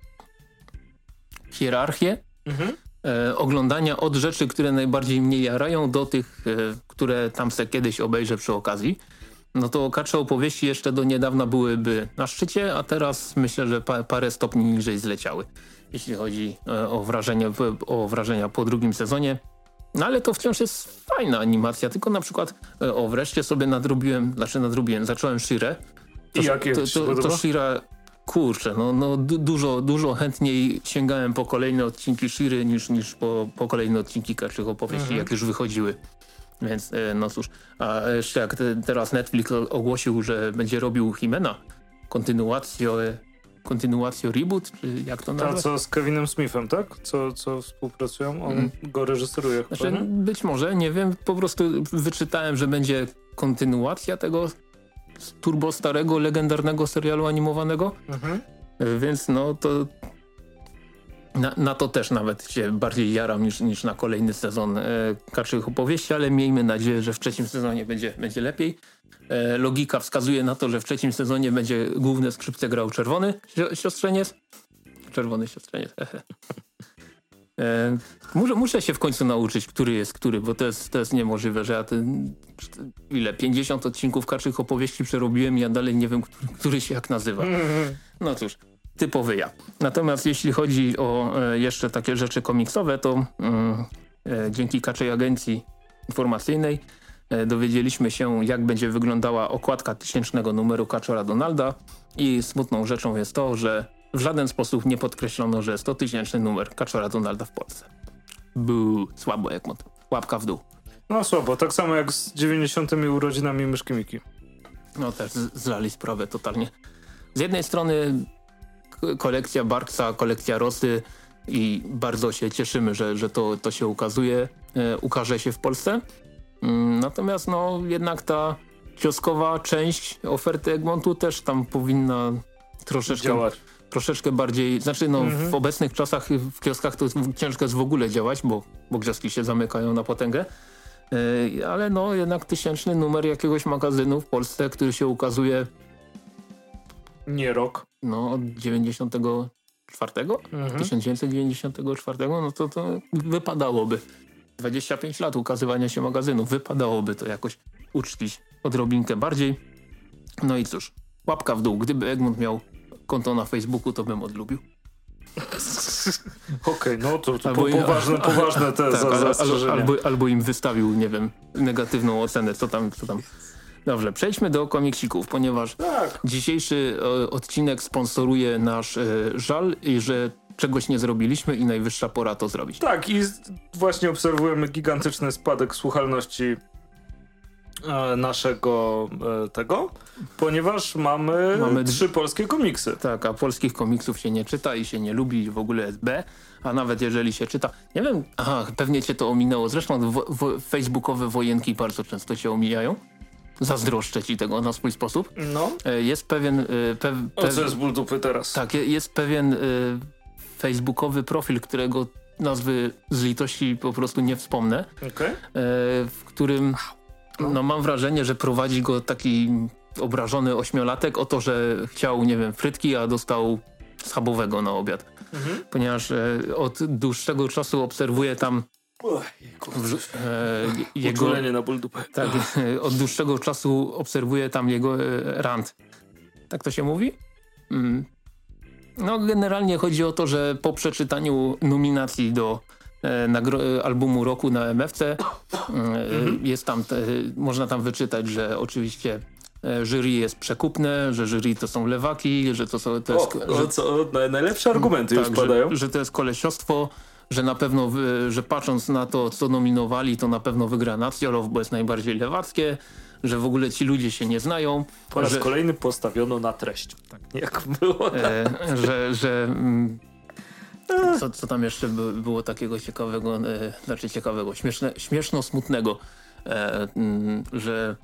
hierarchię mhm. e, oglądania od rzeczy, które najbardziej mnie jarają, do tych, e, które tam se kiedyś obejrzę przy okazji. No to Kacze Opowieści jeszcze do niedawna byłyby na szczycie, a teraz myślę, że pa, parę stopni niżej zleciały, jeśli chodzi e, o, wrażenie, o wrażenia po drugim sezonie. No ale to wciąż jest fajna animacja, tylko na przykład o wreszcie sobie nadrobiłem, znaczy nadrobiłem, zacząłem Shirę. I jak jest? To, to, to Shira kurczę, no, no du dużo, dużo chętniej sięgałem po kolejne odcinki Shiry niż, niż po, po kolejne odcinki Kaczych Opowieści, mhm. jak już wychodziły. Więc no cóż, a jeszcze jak te, teraz Netflix ogłosił, że będzie robił Himena, kontynuację, kontynuację reboot, czy jak to nazwać? Ta, co z Kevinem Smithem, tak? Co, co współpracują? On mm. go reżyseruje. Znaczy, być może, nie wiem, po prostu wyczytałem, że będzie kontynuacja tego turbo starego, legendarnego serialu animowanego, mhm. więc no to na, na to też nawet się bardziej jaram niż, niż na kolejny sezon e, Kaczych Opowieści, ale miejmy nadzieję, że w trzecim sezonie będzie, będzie lepiej. E, logika wskazuje na to, że w trzecim sezonie będzie główne skrzypce grał czerwony siostrzeniec. Czerwony siostrzeniec. E, muszę, muszę się w końcu nauczyć, który jest który, bo to jest, to jest niemożliwe, że ja ten, ile, pięćdziesiąt odcinków Kaczych Opowieści przerobiłem i ja dalej nie wiem, który, który się jak nazywa. No cóż, typowy ja. Natomiast jeśli chodzi o e, jeszcze takie rzeczy komiksowe, to mm, e, dzięki Kaczej Agencji Informacyjnej e, dowiedzieliśmy się, jak będzie wyglądała okładka tysięcznego numeru Kaczora Donalda i smutną rzeczą jest to, że w żaden sposób nie podkreślono, że sto tysięczny numer Kaczora Donalda w Polsce. Buu, słabo jak mot. Łapka w dół. No słabo, tak samo jak z dziewięćdziesiątymi urodzinami Myszki Miki. No też zlali sprawę totalnie. Z jednej strony kolekcja Barksa, kolekcja Rosy i bardzo się cieszymy, że, że to, to się ukazuje, e, ukaże się w Polsce. Mm, natomiast no jednak ta kioskowa część oferty Egmontu też tam powinna troszeczkę działać. Troszeczkę bardziej, znaczy no mhm. w obecnych czasach w kioskach to ciężko jest w ogóle działać, bo, bo kioski się zamykają na potęgę, yy, ale no jednak tysięczny numer jakiegoś magazynu w Polsce, który się ukazuje nie rok. No od dziewięćdziesiątego czwartego? Mhm. tysiąc dziewięćset dziewięćdziesiątego czwartego, no to, to wypadałoby. dwadzieścia pięć lat ukazywania się magazynu, wypadałoby to jakoś uczcić odrobinkę bardziej. No i cóż, łapka w dół. Gdyby Egmont miał konto na Facebooku, to bym odlubił. Okej, okay, no to, to po, poważne, poważne te tak, za, zastrzeżenia. Albo, albo im wystawił, nie wiem, negatywną ocenę, co tam, co tam. Dobrze, przejdźmy do komiksików, ponieważ tak. dzisiejszy e, odcinek sponsoruje nasz e, żal, i że czegoś nie zrobiliśmy i najwyższa pora to zrobić. Tak, i z, właśnie obserwujemy gigantyczny spadek słuchalności e, naszego e, tego, ponieważ mamy, mamy trzy polskie komiksy. Tak, a polskich komiksów się nie czyta i się nie lubi, w ogóle jest B, a nawet jeżeli się czyta, nie wiem, aha, pewnie cię to ominęło, zresztą wo, wo, facebookowe wojenki bardzo często się omijają. Zazdroszczę ci tego na swój sposób. No. Jest pewien... Pe, pe, o co jest ból dupy teraz? Tak, jest pewien y, facebookowy profil, którego nazwy z litości po prostu nie wspomnę. Okay. Y, w którym no, mam wrażenie, że prowadzi go taki obrażony ośmiolatek o to, że chciał, nie wiem, frytki, a dostał schabowego na obiad. Mhm. Ponieważ y, od dłuższego czasu obserwuję tam W, e, jego, na ból dupy. Tak, od dłuższego czasu obserwuję tam jego e, rant. Tak to się mówi? Mm. No generalnie chodzi o to, że po przeczytaniu nominacji do e, nagro- albumu roku na M F C e, mm-hmm. jest tam, te, można tam wyczytać, że oczywiście e, jury jest przekupne, że jury to są lewaki, że to są... To jest, o, że, co, najlepsze argumenty tak, już padają. Że, że to jest kolesiostwo, że na pewno, że patrząc na to, co nominowali, to na pewno wygra Nacjolow, bo jest najbardziej lewackie, że w ogóle ci ludzie się nie znają. Po raz że, kolejny postawiono na treść. Tak, jak było. E, że że mm, co, co tam jeszcze by, było takiego ciekawego, e, znaczy ciekawego, śmieszne, śmieszno-smutnego, e, m, że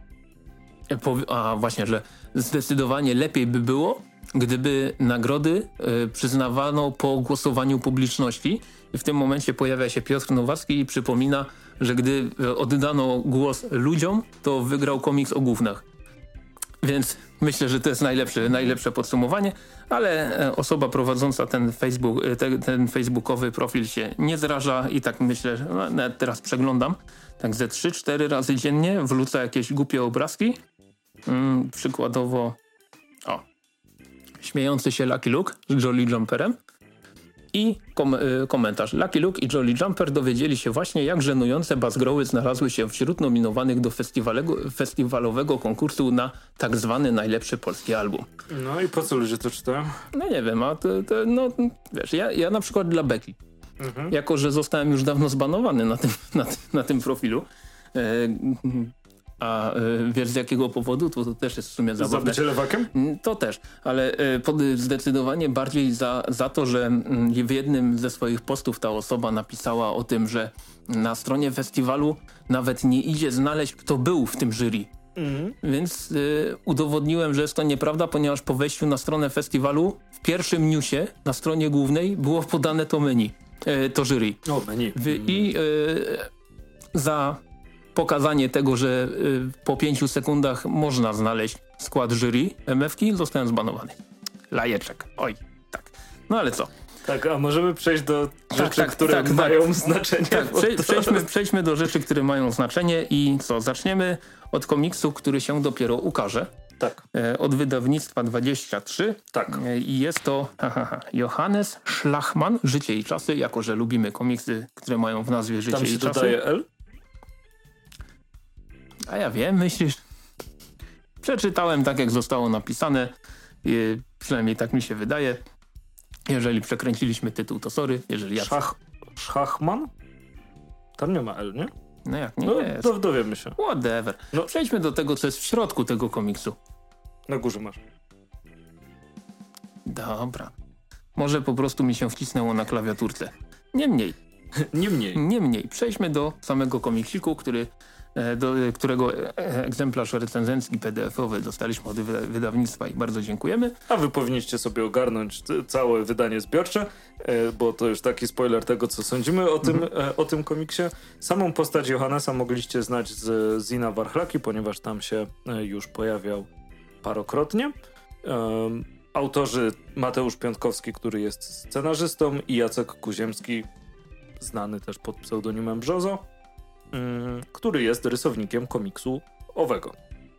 a właśnie, że zdecydowanie lepiej by było, gdyby nagrody e, przyznawano po głosowaniu publiczności. I w tym momencie pojawia się Piotr Nowacki i przypomina, że gdy oddano głos ludziom, to wygrał komiks o gównach. Więc myślę, że to jest najlepsze, najlepsze podsumowanie, ale osoba prowadząca ten, Facebook, te, ten facebookowy profil się nie zraża i tak myślę, że no, nawet teraz przeglądam, tak ze trzy cztery razy dziennie wrzuca jakieś głupie obrazki. Hmm, przykładowo o, śmiejący się Lucky Luke z Jolly Jumperem. I kom komentarz. Lucky Luke i Jolly Jumper dowiedzieli się właśnie, jak żenujące Buzzgrowy znalazły się wśród nominowanych do festiwalowego konkursu na tak zwany najlepszy polski album. No i po co ludzie to czytają? No nie wiem, a to, to no wiesz, ja, ja na przykład dla beki. Mhm. Jako, że zostałem już dawno zbanowany na tym, na, na tym profilu. E, A y, wiesz z jakiego powodu? To, to też jest w sumie zabawne. Za bycie lewakiem? To też, ale y, pod, zdecydowanie bardziej za, za to, że y, w jednym ze swoich postów ta osoba napisała o tym, że na stronie festiwalu nawet nie idzie znaleźć, kto był w tym jury. Mhm. Więc y, udowodniłem, że jest to nieprawda, ponieważ po wejściu na stronę festiwalu w pierwszym newsie na stronie głównej było podane to menu, y, to jury. O, menu. W, I y, za pokazanie tego, że y, po pięciu sekundach można znaleźć skład jury em ef-ki, zostałem zbanowany. Lajeczek. Oj, tak. No ale co? Tak, a możemy przejść do rzeczy, tak, tak, które tak, mają tak. znaczenie. Tak, prze, przejdźmy, przejdźmy do rzeczy, które mają znaczenie i co? Zaczniemy od komiksu, który się dopiero ukaże. Tak. E, od wydawnictwa dwadzieścia trzy. Tak. E, I jest to ha, ha, ha, Johannes Schlachman, Życie i czasy, jako że lubimy komiksy, które mają w nazwie Życie Tam się i czasy. dodaje L? A ja wiem, myślisz? Przeczytałem tak, jak zostało napisane. I przynajmniej tak mi się wydaje. Jeżeli przekręciliśmy tytuł, to sorry. Jeżeli ja... Szach... Szachman? Tam nie ma L, nie? No jak nie no, jest. To dowiemy się. Whatever. No. Przejdźmy do tego, co jest w środku tego komiksu. Na górze masz. Dobra. Może po prostu mi się wcisnęło na klawiaturce. Niemniej. Niemniej. Niemniej. Przejdźmy do samego komiksiku, który... do którego egzemplarz recenzencki P D F-owy dostaliśmy od wydawnictwa i bardzo dziękujemy. A wy powinniście sobie ogarnąć całe wydanie zbiorcze, bo to już taki spoiler tego, co sądzimy o tym, mhm. o tym komiksie. Samą postać Johannesa mogliście znać z Zina Warchlaki, ponieważ tam się już pojawiał parokrotnie. Um, autorzy Mateusz Piątkowski, który jest scenarzystą, i Jacek Kuziemski, znany też pod pseudonimem Brzozo, który jest rysownikiem komiksu owego.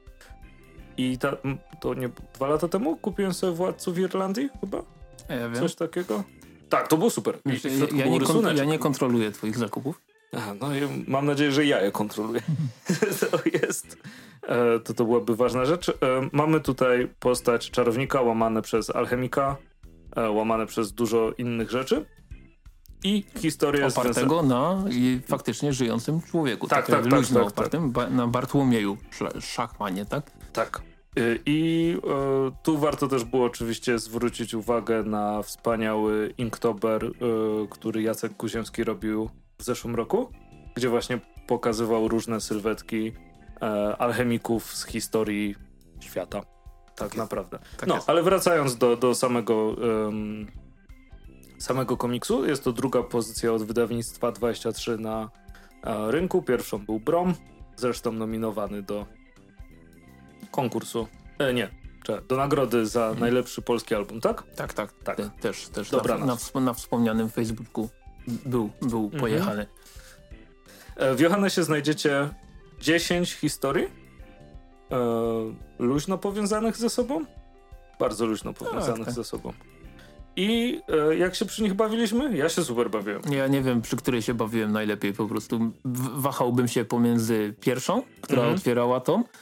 I ta, to nie dwa lata temu kupiłem sobie Władców Irlandii chyba? Ja wiem. Coś takiego? Tak, to było super. I, Wiesz, ja, ja, nie kon, ja nie kontroluję twoich zakupów. A, no ja mam nadzieję, że ja je kontroluję. to jest... E, to to byłaby ważna rzecz. E, mamy tutaj postać czarownika łamane przez alchemika, e, łamane przez dużo innych rzeczy. I historię opartego związa... na i faktycznie żyjącym człowieku. Tak, tak, tak, luźno tak, opartym tak. na Bartłomieju Szachmanie, tak? Tak. I e, tu warto też było oczywiście zwrócić uwagę na wspaniały Inktober, e, który Jacek Kuziemski robił w zeszłym roku, gdzie właśnie pokazywał różne sylwetki e, alchemików z historii świata. Tak, tak naprawdę. Tak no, jest. Ale wracając do, do samego... Um, samego komiksu. Jest to druga pozycja od wydawnictwa dwadzieścia trzy na e, rynku. Pierwszą był Brom, zresztą nominowany do konkursu. E, nie, cze, do nagrody za hmm. najlepszy polski album, tak? Tak, tak. tak. Te, też też Dobra, na, na, na wspomnianym Facebooku był, był mhm. pojechany. E, w Johannesie znajdziecie dziesięć historii e, luźno powiązanych ze sobą. Bardzo luźno powiązanych tak, tak. ze sobą. I e, jak się przy nich bawiliśmy? Ja się super bawiłem. Ja nie wiem, przy której się bawiłem najlepiej. Po prostu wahałbym się pomiędzy pierwszą, która mm. otwierała tom, e,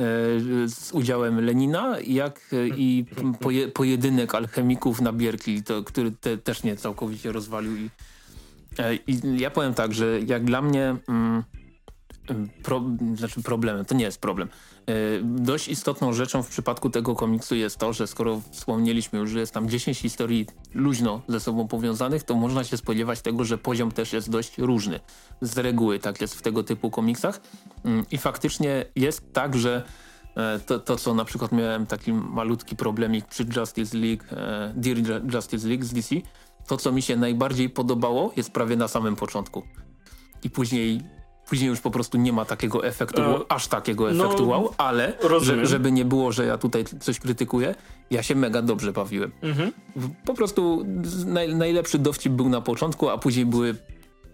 z udziałem Lenina, jak e, i poje, pojedynek alchemików na Bierki, to, który te, też mnie całkowicie rozwalił. I, e, I ja powiem tak, że jak dla mnie... Mm, Pro, znaczy problemem, to nie jest problem. Yy, dość istotną rzeczą w przypadku tego komiksu jest to, że skoro wspomnieliśmy już, że jest tam dziesięć historii luźno ze sobą powiązanych, to można się spodziewać tego, że poziom też jest dość różny. Z reguły tak jest w tego typu komiksach. Yy, I faktycznie jest tak, że yy, to, to, co na przykład miałem taki malutki problemik przy Justice League, yy, Dear Justice League z D C, to co mi się najbardziej podobało jest prawie na samym początku. I później Później już po prostu nie ma takiego efektu, e, aż takiego efektu, no, wow, ale że, żeby nie było, że ja tutaj coś krytykuję, ja się mega dobrze bawiłem. Mhm. Po prostu naj, najlepszy dowcip był na początku, a później były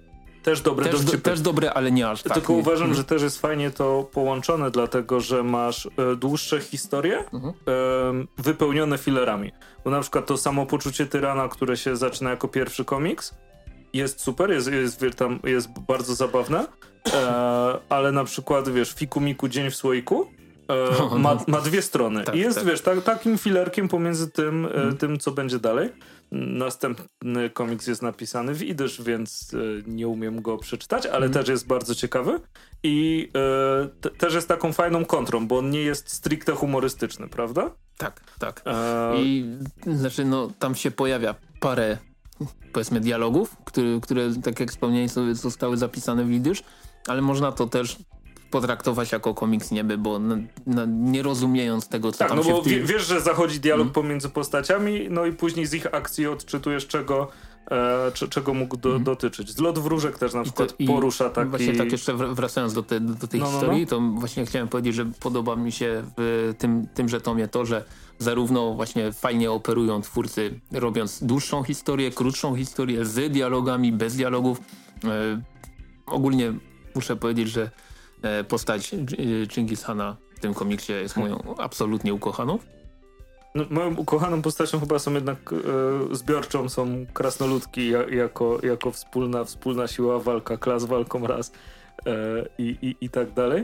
też dobre też, dowcipy. Do, też dobre, ale nie aż tak. Tylko nie. uważam, mhm. że też jest fajnie to połączone, dlatego że masz e, dłuższe historie mhm. e, wypełnione filerami. Bo na przykład to Samopoczucie tyrana, które się zaczyna jako pierwszy komiks, jest super, jest, jest, jest, tam, jest bardzo zabawne, e, ale na przykład, wiesz, Fiku Miku Dzień w Słoiku e, ma, ma dwie strony. Tak, I jest, tak. wiesz, tak, takim filerkiem pomiędzy tym, hmm. e, tym, co będzie dalej. Następny komiks jest napisany w idysz, więc e, nie umiem go przeczytać, ale hmm. też jest bardzo ciekawy i e, te, też jest taką fajną kontrą, bo on nie jest stricte humorystyczny, prawda? Tak, tak. E... I znaczy, no, tam się pojawia parę, powiedzmy, dialogów, które, które tak jak wspomniałem, sobie zostały zapisane w idysz, ale można to też potraktować jako komiks nieby, bo na, na, nie rozumiejąc tego, co tak, tam no się bo w tym... wiesz, że zachodzi dialog mm. pomiędzy postaciami, no i później z ich akcji odczytujesz, czego, e, czy, czego mógł do, mm. dotyczyć. Zlot wróżek też na przykład I to, porusza taki... Właśnie tak jeszcze wracając do, te, do tej no, historii, no, no. to właśnie chciałem powiedzieć, że podoba mi się w tym, tymże tomie to, że zarówno właśnie fajnie operują twórcy, robiąc dłuższą historię, krótszą historię, z dialogami, bez dialogów. E, ogólnie muszę powiedzieć, że e, postać Chingis Hana w tym komiksie jest moją absolutnie ukochaną. No, moją ukochaną postacią chyba są jednak e, zbiorczą, są krasnoludki ja, jako, jako wspólna, wspólna siła, walka, klas walką raz e, i, i, i tak dalej.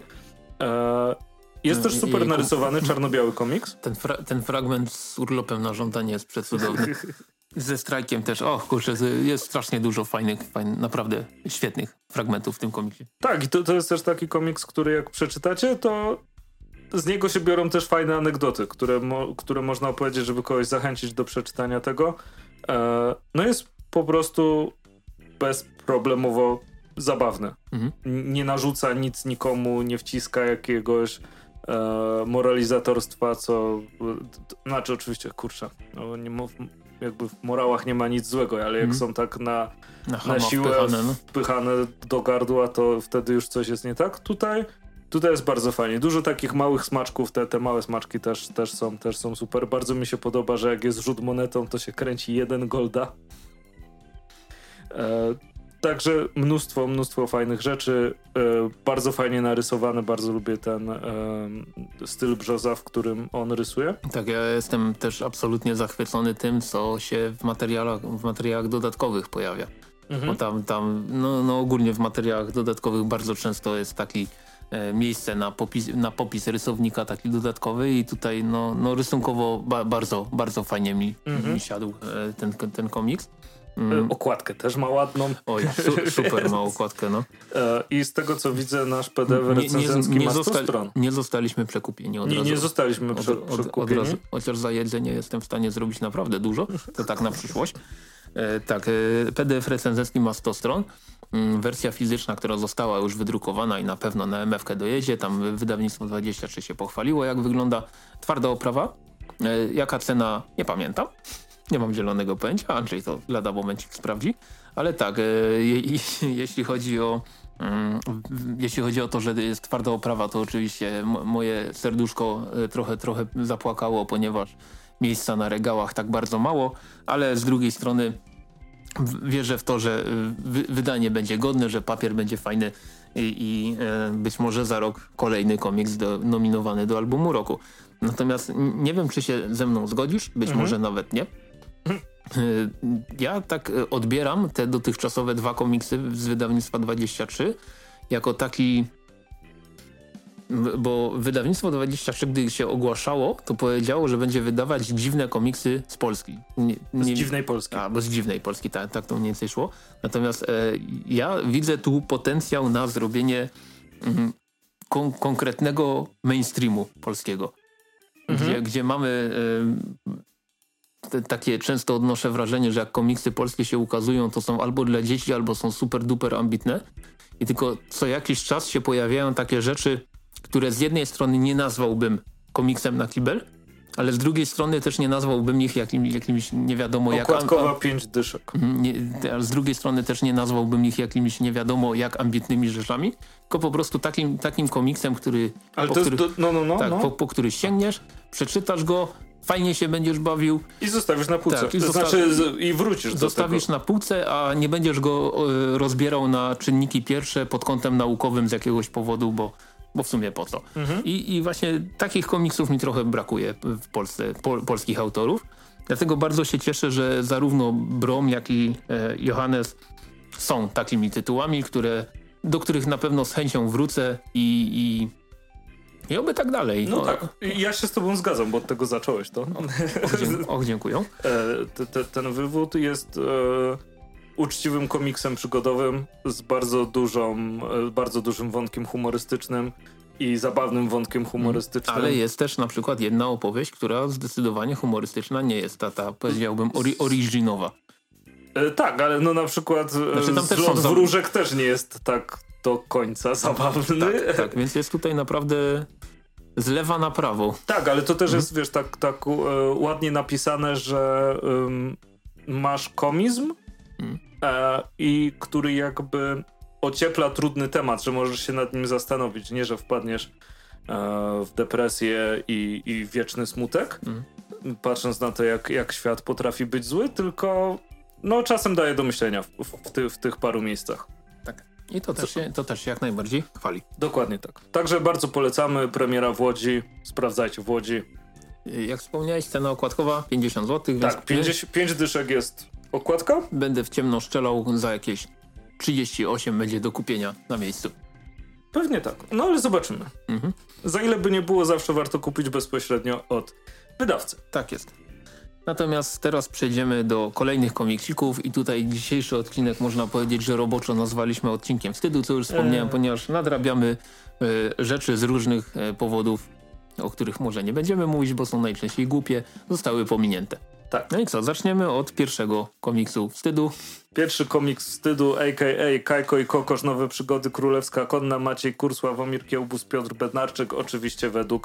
E, Jest też super narysowany, czarno-biały komiks. Ten, fra ten fragment z urlopem na żądanie jest przecudowny. Ze strajkiem też. O kurczę, jest strasznie dużo fajnych, fajnych, naprawdę świetnych fragmentów w tym komiksie. Tak, i to, to jest też taki komiks, który jak przeczytacie, to z niego się biorą też fajne anegdoty, które, mo które można opowiedzieć, żeby kogoś zachęcić do przeczytania tego. E, no jest po prostu bezproblemowo zabawne. Mhm. Nie narzuca nic nikomu, nie wciska jakiegoś e, moralizatorstwa, co... To, znaczy oczywiście, kurczę, no, nie mów, jakby w morałach nie ma nic złego, ale jak mhm. są tak na, na, na siłę wpychane, no. wpychane do gardła, to wtedy już coś jest nie tak. Tutaj, tutaj jest bardzo fajnie. Dużo takich małych smaczków, te, te małe smaczki też, też, są, też są super. Bardzo mi się podoba, że jak jest rzut monetą, to się kręci jeden golda. E, Także mnóstwo, mnóstwo fajnych rzeczy, e, bardzo fajnie narysowane, bardzo lubię ten e, styl Brzoza, w którym on rysuje. Tak, ja jestem też absolutnie zachwycony tym, co się w materiałach, w materiałach dodatkowych pojawia. Mhm. Bo tam, tam no, no ogólnie w materiałach dodatkowych bardzo często jest taki e, miejsce na popis, na popis rysownika taki dodatkowy i tutaj no, no rysunkowo ba, bardzo, bardzo fajnie mi, mhm. mi siadł e, ten, ten komiks. Mm. Okładkę też ma ładną. Oj, su super ma okładkę, no. E, I z tego co widzę, nasz P D F recenzencki ma sto stron. Nie zostaliśmy przekupieni od nie, razu. Nie zostaliśmy prze od, od, przekupieni. Od razu, chociaż za jedzenie jestem w stanie zrobić naprawdę dużo. To tak na przyszłość. E, tak, e, P D F recenzencki ma sto stron. Mm, wersja fizyczna, która została już wydrukowana i na pewno na M F K dojedzie. Tam wydawnictwo dwadzieścia trzy się pochwaliło, jak wygląda. Twarda oprawa. E, jaka cena? Nie pamiętam. Nie mam zielonego pojęcia, Andrzej to lada momencik sprawdzi, ale tak, e, je, je, jeśli chodzi o mm, jeśli chodzi o to, że jest twarda oprawa, to oczywiście moje serduszko e, trochę, trochę zapłakało, ponieważ miejsca na regałach tak bardzo mało, ale z drugiej strony w, wierzę w to, że wy, wydanie będzie godne, że papier będzie fajny i, i e, być może za rok kolejny komiks do, nominowany do albumu roku. Natomiast nie wiem, czy się ze mną zgodzisz, być mhm. może nawet nie. Ja tak odbieram te dotychczasowe dwa komiksy z wydawnictwa dwadzieścia trzy jako taki, bo wydawnictwo dwadzieścia trzy, gdy się ogłaszało, to powiedziało, że będzie wydawać dziwne komiksy z Polski. Nie, nie, z dziwnej Polski. A, bo z dziwnej Polski, tak, tak to mniej więcej szło. Natomiast e, ja widzę tu potencjał na zrobienie mm, kon konkretnego mainstreamu polskiego. Mhm. Gdzie, gdzie mamy e, te, takie, często odnoszę wrażenie, że jak komiksy polskie się ukazują, to są albo dla dzieci, albo są super duper ambitne i tylko co jakiś czas się pojawiają takie rzeczy, które z jednej strony nie nazwałbym komiksem na kibel, ale z drugiej strony też nie nazwałbym ich jakim, jakimś nie wiadomo jak... Okładkowa pięć dyszek. Nie, ale z drugiej strony też nie nazwałbym ich jakimiś nie wiadomo jak ambitnymi rzeczami, tylko po prostu takim, takim komiksem, który... Ale po to który, jest do, no, no, no, tak, no. Po, po który sięgniesz, przeczytasz go fajnie się będziesz bawił. I zostawisz na półce. Tak, i to zosta- znaczy z- i wrócisz Zostawisz do tego. na półce, a nie będziesz go y, rozbierał na czynniki pierwsze pod kątem naukowym z jakiegoś powodu, bo, bo w sumie po co. Mhm. I, I właśnie takich komiksów mi trochę brakuje w Polsce, pol, polskich autorów. Dlatego bardzo się cieszę, że zarówno Brom, jak i e, Johannes są takimi tytułami, które, do których na pewno z chęcią wrócę i, i, i oby tak dalej. No o, tak, ja się z tobą zgadzam, bo od tego zacząłeś to. Och, dzie- och, dziękuję. E, te, te, ten wywód jest e, uczciwym komiksem przygodowym z bardzo dużą, e, bardzo dużym wątkiem humorystycznym i zabawnym wątkiem humorystycznym. Ale jest też na przykład jedna opowieść, która zdecydowanie humorystyczna nie jest ta, ta powiedziałbym, ori- originowa. E, tak, ale no na przykład e, Znaczy, tam też Zlot są za- wróżek też nie jest tak do końca zabawny. Tak, tak, więc jest tutaj naprawdę z lewa na prawo. Tak, ale to też Mhm. jest, wiesz, tak, tak e, ładnie napisane, że ym, masz komizm Mhm. e, i który jakby ociepla trudny temat, że możesz się nad nim zastanowić, nie, że wpadniesz e, w depresję i, i wieczny smutek, Mhm. patrząc na to, jak, jak świat potrafi być zły, tylko no czasem daje do myślenia w, w, w, ty, w tych paru miejscach. Tak. I to też, się, to też się jak najbardziej chwali. Dokładnie tak. Także bardzo polecamy, premiera w Łodzi, sprawdzajcie w Łodzi. Jak wspomniałeś, cena okładkowa pięćdziesiąt złotych, więc Tak, pięćdziesiąt, pięć dyszek jest okładka. będę w ciemno strzelał, za jakieś trzydzieści osiem będzie do kupienia na miejscu. Pewnie tak, no ale zobaczymy. Mhm. Za ile by nie było, zawsze warto kupić bezpośrednio od wydawcy. Tak jest. Natomiast teraz przejdziemy do kolejnych komiksików i tutaj dzisiejszy odcinek można powiedzieć, że roboczo nazwaliśmy odcinkiem wstydu, co już wspomniałem, Eee. ponieważ nadrabiamy e, rzeczy z różnych e, powodów, o których może nie będziemy mówić, bo są najczęściej głupie, zostały pominięte. Tak. No i co, zaczniemy od pierwszego komiksu wstydu. Pierwszy komiks wstydu, a k a. Kajko i Kokosz, nowe przygody, Królewska Konna, Maciej Kur, Sławomir Kiełbus, Piotr Bednarczyk, oczywiście według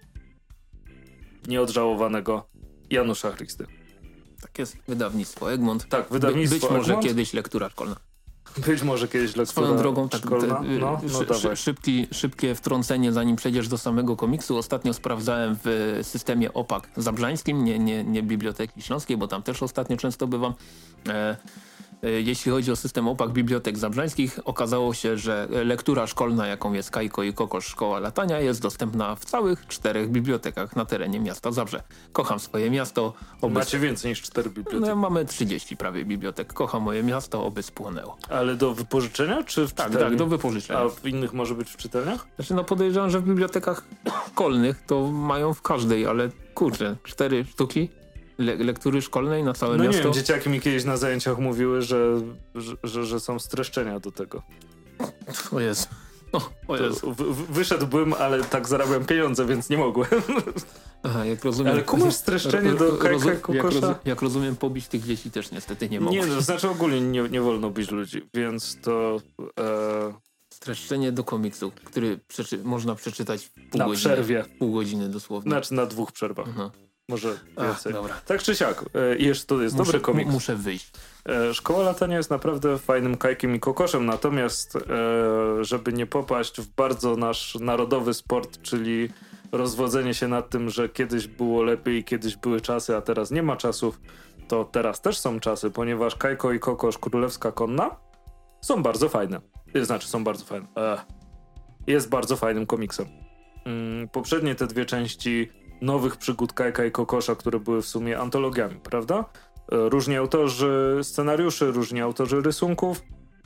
nieodżałowanego Janusza Chrysty. Tak jest, wydawnictwo Egmont. Tak, wydawnictwo By, Być może Egmont. kiedyś lektura szkolna. Być może kiedyś lektura Swoją drogą, tak, szkolna. te, No, no szy, dawaj. szy, szybki, szybkie wtrącenie, zanim przejdziesz do samego komiksu. Ostatnio sprawdzałem w systemie O P A K zabrzańskim, nie, nie, nie Biblioteki Śląskiej, bo tam też ostatnio często bywam. E, e, jeśli chodzi o system O P A K Bibliotek Zabrzańskich, okazało się, że lektura szkolna, jaką jest Kajko i Kokosz Szkoła Latania, jest dostępna w całych czterech bibliotekach na terenie miasta Zabrze. Kocham swoje miasto. Oby... Macie więcej niż cztery biblioteki. No, mamy trzydzieści prawie bibliotek. Kocham moje miasto, oby spłonęło. Ale do wypożyczenia, czy w Tak, czytelni? tak, do wypożyczenia. A w innych może być w czytelniach? Znaczy no podejrzewam, że w bibliotekach szkolnych to mają w każdej, ale kurczę, cztery sztuki le lektury szkolnej na całe No miasto. nie wiem, dzieciaki mi kiedyś na zajęciach mówiły, że, że, że, że są streszczenia do tego. O Jezu. O, o Jezu. To w, w, wyszedłbym, ale tak zarabiam pieniądze, więc nie mogłem. Aha, jak rozumiem. Ale kumasz streszczenie do Kajka i rozu- jak, Kokosza? rozu jak rozumiem, pobić tych dzieci też niestety nie mogę. Nie, no, znaczy ogólnie nie, nie wolno bić ludzi, więc to e, Streszczenie do komiksu, który przeczy można przeczytać w pół na godziny. przerwie. Pół godziny dosłownie. Znaczy na dwóch przerwach. Aha. Może Ach, więcej. dobra. Tak czy siak, e, jeszcze to jest Muszę, dobry komiks. mu- muszę wyjść. E, Szkoła latania jest naprawdę fajnym Kajkiem i Kokoszem, natomiast e, żeby nie popaść w bardzo nasz narodowy sport, czyli rozwodzenie się nad tym, że kiedyś było lepiej, kiedyś były czasy, a teraz nie ma czasów, to teraz też są czasy, ponieważ Kajko i Kokosz, Królewska Konna są bardzo fajne. Znaczy są bardzo fajne. E, jest bardzo fajnym komiksem. Mm, poprzednie te dwie części nowych przygód Kajka i Kokosza, które były w sumie antologiami, prawda? Różni autorzy scenariuszy, różni autorzy rysunków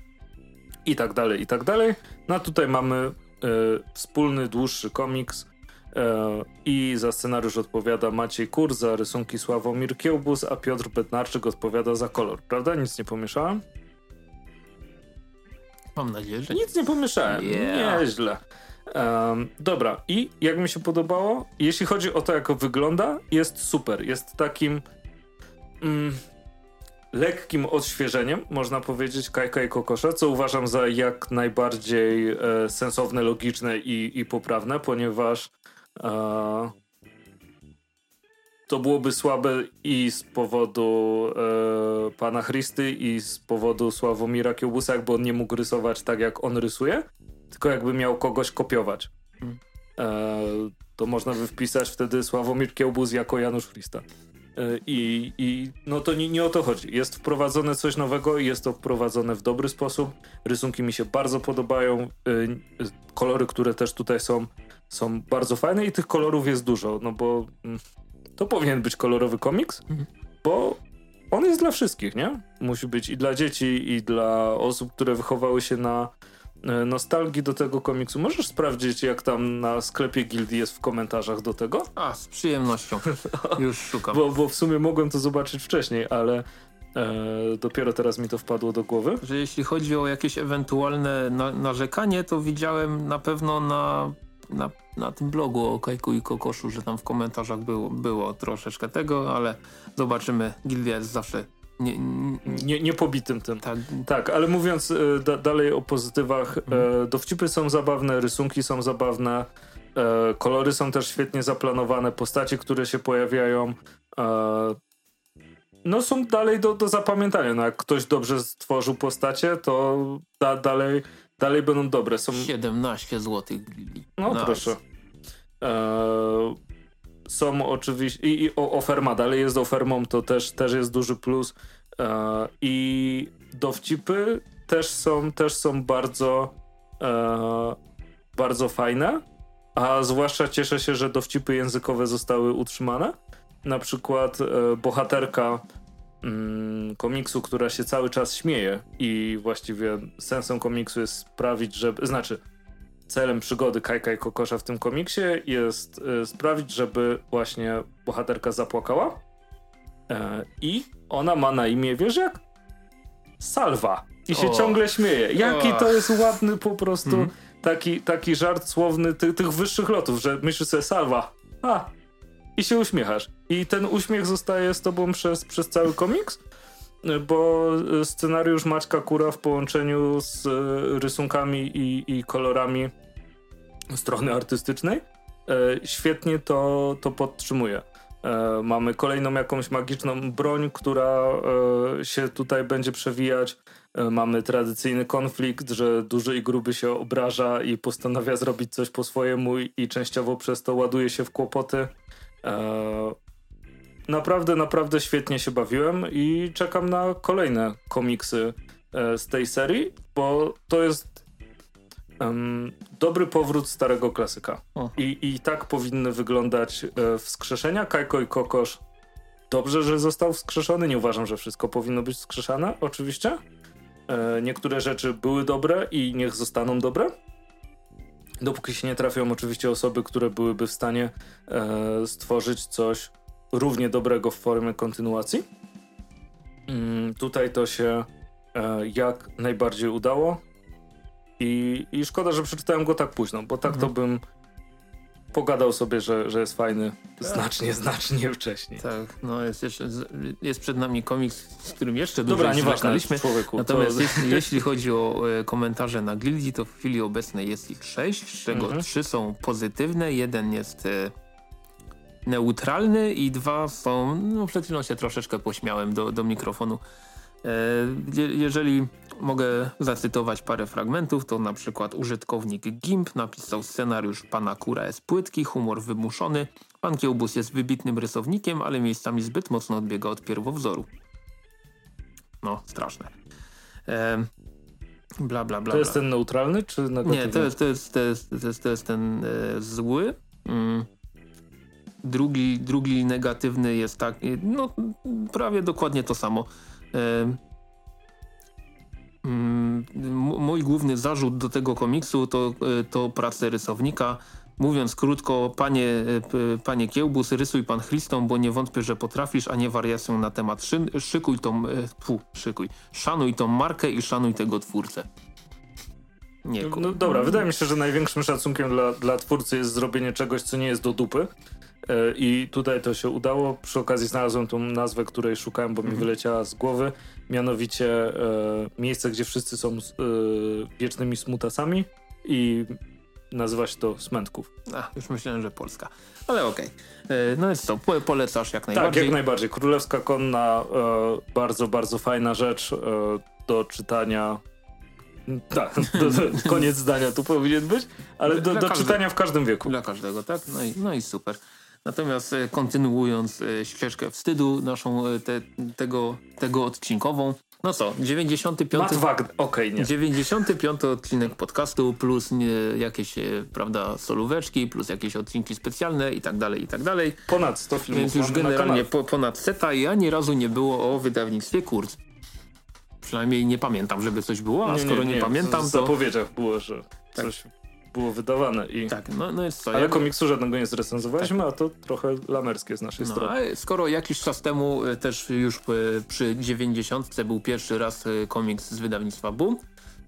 i tak dalej, i tak dalej. No a tutaj mamy e, wspólny, dłuższy komiks e, i za scenariusz odpowiada Maciej Kur, za rysunki Sławomir Kiełbus, a Piotr Bednarczyk odpowiada za kolor, prawda? Nic nie pomieszałem? Mam nadzieję, że Nic nie pomieszałem, Yeah. nieźle. Um, dobra, i jak mi się podobało, jeśli chodzi o to, jak wygląda, jest super. Jest takim mm, lekkim odświeżeniem, można powiedzieć, Kajka i Kokosza, co uważam za jak najbardziej e, sensowne, logiczne i, i poprawne, ponieważ e, to byłoby słabe i z powodu e, pana Chrysty i z powodu Sławomira Kiełbusa, jakby on nie mógł rysować tak, jak on rysuje, tylko jakby miał kogoś kopiować. Hmm. E, to można by wpisać wtedy Sławomir Kiełbus jako Janusz Christa. I, i no to nie, nie o to chodzi. Jest wprowadzone coś nowego i jest to wprowadzone w dobry sposób. Rysunki mi się bardzo podobają. Kolory, które też tutaj są, są bardzo fajne i tych kolorów jest dużo, no bo to powinien być kolorowy komiks, mhm. bo on jest dla wszystkich, nie? Musi być i dla dzieci, i dla osób, które wychowały się na nostalgii do tego komiksu. Możesz sprawdzić, jak tam na sklepie Gildii jest w komentarzach do tego? A, z przyjemnością. Już szukam. Bo, bo w sumie mogłem to zobaczyć wcześniej, ale e, dopiero teraz mi to wpadło do głowy. Że jeśli chodzi o jakieś ewentualne na, narzekanie, to widziałem na pewno na, na, na tym blogu o Kajku i Kokoszu, że tam w komentarzach było, było troszeczkę tego, ale zobaczymy. Gildia jest zawsze Nie, nie, nie, nie pobitym tym. Tak, tak ale mówiąc e, da, dalej o pozytywach, mhm. e, dowcipy są zabawne, rysunki są zabawne, e, kolory są też świetnie zaplanowane, postacie, które się pojawiają, e, no są dalej do, do zapamiętania. No, jak ktoś dobrze stworzył postacie, to da, dalej, dalej będą dobre. Są... siedemnaście złotych. No nice. Proszę. E, Są oczywiście i, i Oferma dalej jest Ofermą, to też, też jest duży plus. E, I dowcipy też są, też są bardzo e, bardzo fajne, a zwłaszcza cieszę się, że dowcipy językowe zostały utrzymane. Na przykład e, bohaterka mm, komiksu, która się cały czas śmieje i właściwie sensem komiksu jest sprawić, żeby, znaczy celem przygody Kajka i Kokosza w tym komiksie jest y, sprawić, żeby właśnie bohaterka zapłakała e, i ona ma na imię, wiesz jak? Salwa. I się o. ciągle śmieje. Jaki o. to jest ładny po prostu hmm. taki, taki żart słowny ty, tych wyższych lotów, że myślisz sobie salwa. A! I się uśmiechasz. I ten uśmiech zostaje z tobą przez, przez cały komiks, bo scenariusz Maćka Kura w połączeniu z rysunkami i, i kolorami strony artystycznej e, świetnie to, to podtrzymuje. E, mamy kolejną jakąś magiczną broń, która e, się tutaj będzie przewijać. E, mamy tradycyjny konflikt, że duży i gruby się obraża i postanawia zrobić coś po swojemu i, i częściowo przez to ładuje się w kłopoty. E, Naprawdę, naprawdę świetnie się bawiłem i czekam na kolejne komiksy e, z tej serii, bo to jest um, dobry powrót starego klasyka. I, I tak powinny wyglądać e, wskrzeszenia. Kajko i Kokosz dobrze, że został wskrzeszony. Nie uważam, że wszystko powinno być wskrzeszane, oczywiście. E, niektóre rzeczy były dobre i niech zostaną dobre. Dopóki się nie trafią oczywiście osoby, które byłyby w stanie e, stworzyć coś równie dobrego w formie kontynuacji. Mm, tutaj to się e, jak najbardziej udało i, i szkoda, że przeczytałem go tak późno, bo tak mhm. to bym pogadał sobie, że, że jest fajny znacznie, tak. znacznie wcześniej. Tak, no jest jeszcze, jest przed nami komiks, z którym jeszcze Dobra, dłużej zwlekaliśmy. Człowieku, Natomiast to... jeśli, jeśli chodzi o e, komentarze na Gildii, to w chwili obecnej jest ich sześć, z czego mhm. trzy są pozytywne, jeden jest e, neutralny i dwa są, no przed chwilą się troszeczkę pośmiałem do, do mikrofonu. E, je, jeżeli mogę zacytować parę fragmentów, to na przykład użytkownik Gimp napisał scenariusz Pana Kura jest płytki, humor wymuszony, Pan Kiełbus jest wybitnym rysownikiem, ale miejscami zbyt mocno odbiega od pierwowzoru. No, straszne. E, bla, bla, bla. To jest bla. ten neutralny, czy negatywny? Nie, to jest, to jest, to jest, to jest, to jest ten e, zły. Mm. Drugi, drugi negatywny jest taki, no prawie dokładnie to samo. E, mm, mój główny zarzut do tego komiksu to, to praca rysownika. Mówiąc krótko, panie, panie Kiełbus, rysuj pan Christą, bo nie wątpię, że potrafisz, a nie wariacją na temat szyn, szykuj tą, pu, szykuj, szanuj tą markę i szanuj tego twórcę. Nie, no dobra, wydaje mi się, że największym szacunkiem dla, dla twórcy jest zrobienie czegoś, co nie jest do dupy. I tutaj to się udało. Przy okazji znalazłem tą nazwę, której szukałem, bo mi mhm. wyleciała z głowy. Mianowicie e, miejsce, gdzie wszyscy są e, wiecznymi smutasami i nazywa się to Smętków. A, już myślałem, że Polska. Ale okej. Okay. No jest to, po, polecasz jak najbardziej. Tak, jak najbardziej. Królewska Konna, e, bardzo, bardzo fajna rzecz e, do czytania Tak, koniec zdania tu powinien być, ale do, do czytania w każdym wieku. Dla każdego, tak? No i, no i super. Natomiast kontynuując ścieżkę wstydu naszą te, tego, tego odcinkową, no co, dziewięćdziesiąty piąty Okej, okay, nie. dziewięćdziesiąty piąty odcinek podcastu plus nie, jakieś, prawda, solóweczki, plus jakieś odcinki specjalne i tak dalej, i tak dalej. Ponad sto filmów. Więc już generalnie po, ponad seta i ani razu nie było o wydawnictwie Kurz. Przynajmniej nie pamiętam, żeby coś było, a nie, skoro nie, nie, nie pamiętam, to... W zapowiedziach było, że tak. coś było wydawane i... Tak, no, no jest co, ale jak... komiksu żadnego nie zrecenzowaliśmy, tak. A to trochę lamerskie z naszej no, strony. Ale skoro jakiś czas temu też już przy dziewięćdziesiątce był pierwszy raz komiks z wydawnictwa Boom,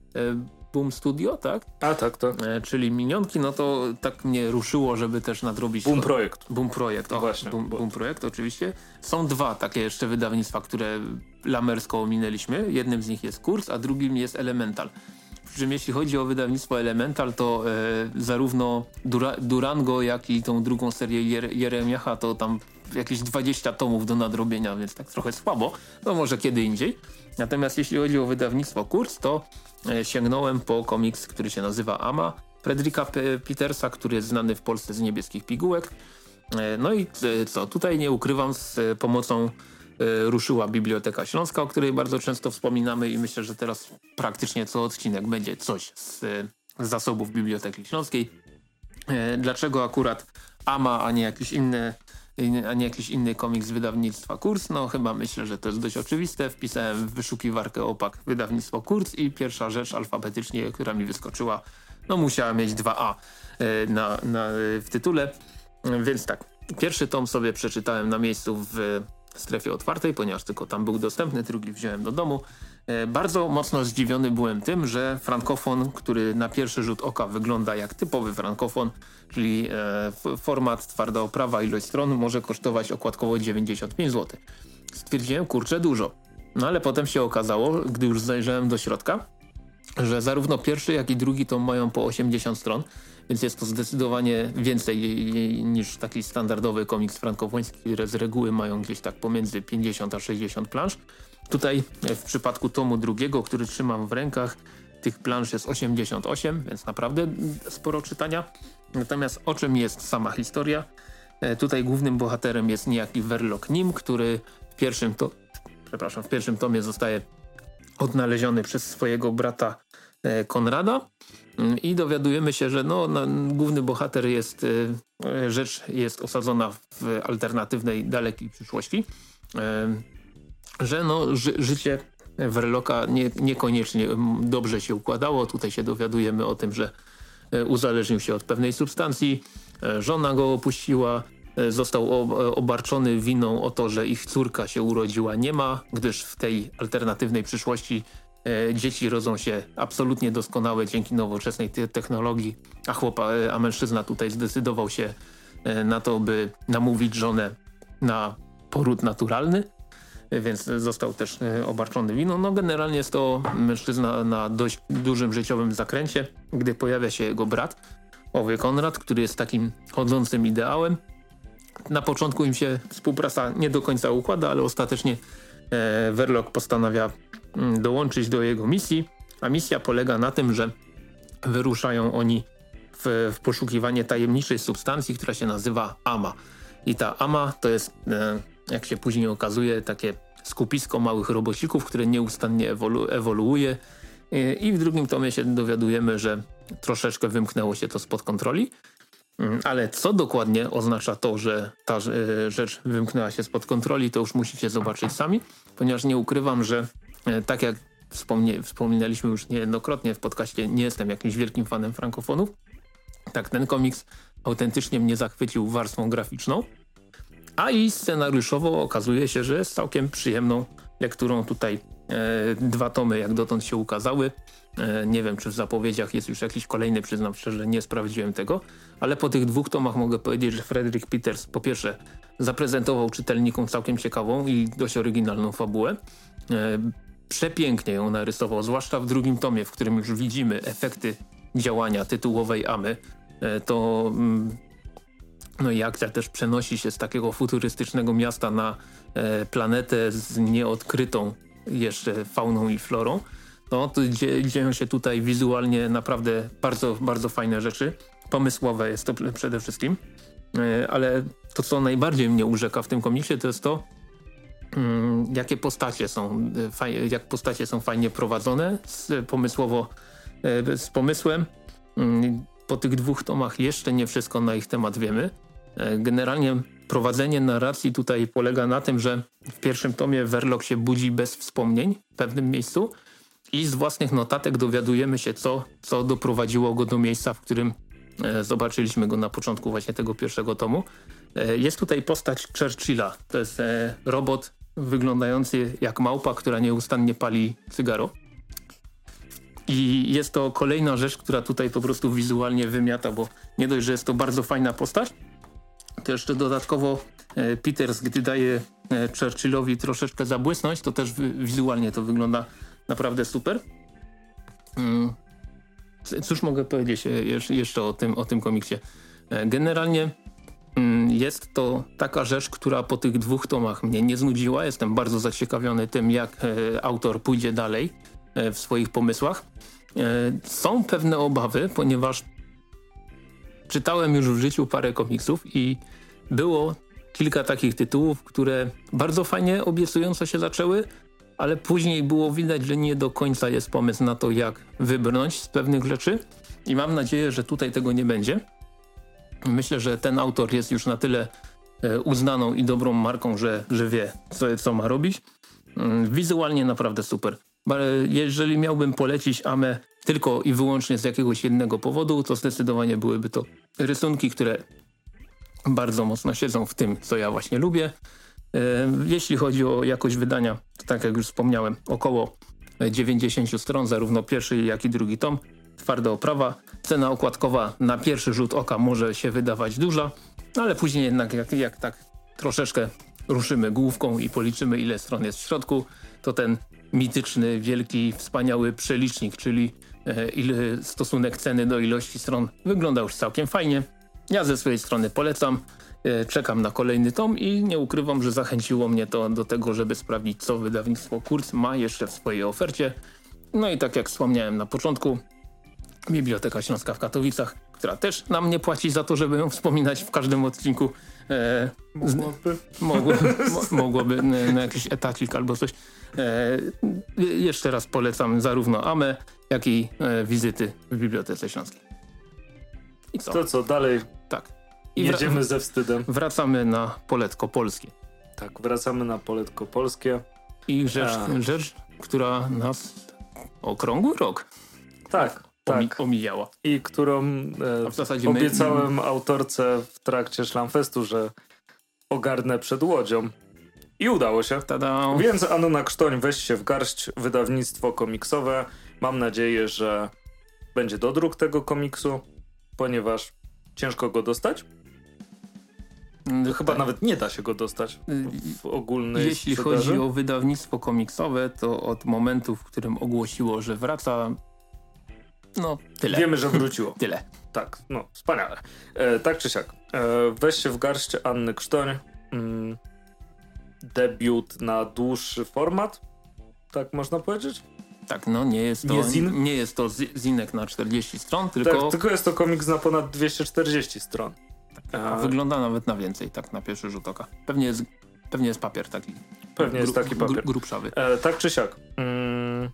Boom Studio, tak? A tak, tak. Czyli Minionki, no to tak mnie ruszyło, żeby też nadrobić... Boom Projekt. Boom Projekt, o, Właśnie, Boom, Boom Projekt oczywiście. Są dwa takie jeszcze wydawnictwa, które lamersko ominęliśmy. Jednym z nich jest Kurz, a drugim jest Elemental. Przy czym jeśli chodzi o wydawnictwo Elemental, to e, zarówno Dura Durango, jak i tą drugą serię Jer Jeremiacha, to tam jakieś dwadzieścia tomów do nadrobienia, więc tak trochę słabo. No może kiedy indziej. Natomiast jeśli chodzi o wydawnictwo Kurz, to e, sięgnąłem po komiks, który się nazywa Ama Fredrika P Petersa, który jest znany w Polsce z Niebieskich Pigułek. E, no i e, co, tutaj nie ukrywam, z e, pomocą e, ruszyła Biblioteka Śląska, o której bardzo często wspominamy i myślę, że teraz praktycznie co odcinek będzie coś z, e, z zasobów Biblioteki Śląskiej. E, dlaczego akurat Ama, a nie jakiś inny a nie jakiś inny komiks z wydawnictwa Kurz? No chyba myślę, że to jest dość oczywiste. Wpisałem w wyszukiwarkę opak wydawnictwo Kurz i pierwsza rzecz alfabetycznie, która mi wyskoczyła, no musiała mieć dwa A na, na, w tytule. Więc tak, pierwszy tom sobie przeczytałem na miejscu w strefie otwartej, ponieważ tylko tam był dostępny, drugi wziąłem do domu. Bardzo mocno zdziwiony byłem tym, że frankofon, który na pierwszy rzut oka wygląda jak typowy frankofon, czyli e, format, twarda oprawa, ilość stron, może kosztować okładkowo dziewięćdziesiąt pięć złotych. Stwierdziłem, kurczę, dużo. No ale potem się okazało, gdy już zajrzałem do środka, że zarówno pierwszy, jak i drugi tom mają po osiemdziesiąt stron, więc jest to zdecydowanie więcej niż taki standardowy komiks frankofoński, które z reguły mają gdzieś tak pomiędzy pięćdziesiąt a sześćdziesiąt plansz. Tutaj w przypadku tomu drugiego, który trzymam w rękach, tych plansz jest osiemdziesiąt osiem, więc naprawdę sporo czytania. Natomiast o czym jest sama historia? E, tutaj głównym bohaterem jest niejaki Verloc Nim, który w pierwszym, to, przepraszam, w pierwszym tomie zostaje odnaleziony przez swojego brata e, Konrada i dowiadujemy się, że no, no, główny bohater jest, e, rzecz jest osadzona w alternatywnej, dalekiej przyszłości. E, że no, ży życie Verloca nie, niekoniecznie dobrze się układało. Tutaj się dowiadujemy o tym, że uzależnił się od pewnej substancji, żona go opuściła, został obarczony winą o to, że ich córka się urodziła nie ma, gdyż w tej alternatywnej przyszłości dzieci rodzą się absolutnie doskonałe dzięki nowoczesnej te technologii, a chłopa, a mężczyzna tutaj zdecydował się na to, by namówić żonę na poród naturalny. Więc został też obarczony winą. No generalnie jest to mężczyzna na dość dużym życiowym zakręcie, gdy pojawia się jego brat, owy Konrad, który jest takim chodzącym ideałem. Na początku im się współpraca nie do końca układa, ale ostatecznie e, Verloc postanawia m, dołączyć do jego misji, a misja polega na tym, że wyruszają oni w, w poszukiwanie tajemniczej substancji, która się nazywa Ama. I ta Ama to jest... E, jak się później okazuje, takie skupisko małych robocików, które nieustannie ewolu ewoluuje. I, I w drugim tomie się dowiadujemy, że troszeczkę wymknęło się to spod kontroli. Ale co dokładnie oznacza to, że ta y, rzecz wymknęła się spod kontroli, to już musicie zobaczyć sami, ponieważ nie ukrywam, że y, tak jak wspomnie, wspominaliśmy już niejednokrotnie w podcaście, nie jestem jakimś wielkim fanem frankofonów. Tak, ten komiks autentycznie mnie zachwycił warstwą graficzną. A i scenariuszowo okazuje się, że jest całkiem przyjemną lekturą. Tutaj e, dwa tomy jak dotąd się ukazały. E, nie wiem, czy w zapowiedziach jest już jakiś kolejny, przyznam szczerze, nie sprawdziłem tego. Ale po tych dwóch tomach mogę powiedzieć, że Fredrik Peters po pierwsze zaprezentował czytelnikom całkiem ciekawą i dość oryginalną fabułę. E, przepięknie ją narysował, zwłaszcza w drugim tomie, w którym już widzimy efekty działania tytułowej Amy. E, to... Mm, No i akcja też przenosi się z takiego futurystycznego miasta na e, planetę z nieodkrytą jeszcze fauną i florą. No, to dzie, dzieją się tutaj wizualnie naprawdę bardzo, bardzo fajne rzeczy. Pomysłowe jest to przede wszystkim. Yy, ale to, co najbardziej mnie urzeka w tym komiksie, to jest to, yy, jakie postacie są, yy, faj, jak postacie są fajnie prowadzone, z, pomysłowo, yy, z pomysłem. Yy, po tych dwóch tomach jeszcze nie wszystko na ich temat wiemy. Yy, generalnie prowadzenie narracji tutaj polega na tym, że w pierwszym tomie Verloc się budzi bez wspomnień w pewnym miejscu i z własnych notatek dowiadujemy się, co, co doprowadziło go do miejsca, w którym e, zobaczyliśmy go na początku właśnie tego pierwszego tomu. E, jest tutaj postać Churchilla. To jest e, robot wyglądający jak małpa, która nieustannie pali cygaro. I jest to kolejna rzecz, która tutaj po prostu wizualnie wymiata, bo nie dość, że jest to bardzo fajna postać, to jeszcze dodatkowo e, Peters, gdy daje e, Churchillowi troszeczkę zabłysnąć, to też wi wizualnie to wygląda naprawdę super. Mm. Cóż mogę powiedzieć e, jeszcze o tym, o tym komiksie? E, generalnie mm, jest to taka rzecz, która po tych dwóch tomach mnie nie znudziła. Jestem bardzo zaciekawiony tym, jak e, autor pójdzie dalej e, w swoich pomysłach. E, są pewne obawy, ponieważ czytałem już w życiu parę komiksów i było kilka takich tytułów, które bardzo fajnie obiecująco się zaczęły, ale później było widać, że nie do końca jest pomysł na to, jak wybrnąć z pewnych rzeczy i mam nadzieję, że tutaj tego nie będzie. Myślę, że ten autor jest już na tyle e, uznaną i dobrą marką, że, że wie, co, co ma robić. Mm, wizualnie naprawdę super. Jeżeli miałbym polecić Amę tylko i wyłącznie z jakiegoś jednego powodu, to zdecydowanie byłyby to rysunki, które bardzo mocno siedzą w tym, co ja właśnie lubię. Jeśli chodzi o jakość wydania, to tak jak już wspomniałem, około dziewięćdziesiąt stron, zarówno pierwszy, jak i drugi tom. Twarda oprawa. Cena okładkowa na pierwszy rzut oka może się wydawać duża, ale później jednak jak, jak tak troszeczkę ruszymy główką i policzymy, ile stron jest w środku, to ten mityczny, wielki, wspaniały przelicznik, czyli e, ile stosunek ceny do ilości stron wygląda już całkiem fajnie. Ja ze swojej strony polecam, e, czekam na kolejny tom i nie ukrywam, że zachęciło mnie to do tego, żeby sprawdzić, co wydawnictwo Kurz ma jeszcze w swojej ofercie. No i tak jak wspomniałem na początku, Biblioteka Śląska w Katowicach, która też nam nie płaci za to, żeby ją wspominać w każdym odcinku. E, mogłoby. Mogłoby, mo, mogłoby na, na jakiś etacik albo coś. E, jeszcze raz polecam zarówno Amę, jak i e, wizyty w Bibliotece Śląskiej. I co? To co, dalej tak. I jedziemy ze wstydem. Wracamy na poletko polskie. Tak, wracamy na poletko polskie. I rzecz, rzecz która nas okrągły rok tak, omi, tak. omijała. I którą e, w zasadzie obiecałem my... autorce w trakcie Szlamfestu, że ogarnę przed łodzią. I udało się. Tada. Więc Anna Krztoń, weź się w garść, wydawnictwo komiksowe. Mam nadzieję, że będzie dodruk tego komiksu, ponieważ ciężko go dostać. Chyba tak. Nawet nie da się go dostać w, w ogólnej Jeśli sprzedaży. chodzi o wydawnictwo komiksowe, to od momentu, w którym ogłosiło, że wraca, no tyle. Wiemy, że wróciło. Tyle. Tak, no wspaniale. E, tak czy siak. E, weź się w garść Anny Krztoń. Mm, debiut na dłuższy format. Tak można powiedzieć? Tak, no nie jest to, nie, zin? nie jest to zinek na czterdzieści stron, tylko... Tak, tylko jest to komiks na ponad dwieście czterdzieści stron. Tak, a wygląda nawet na więcej, tak na pierwszy rzut oka. Pewnie jest, pewnie jest papier taki. Pewnie jest taki papier. Grubszawy. E, tak czy siak. Mm.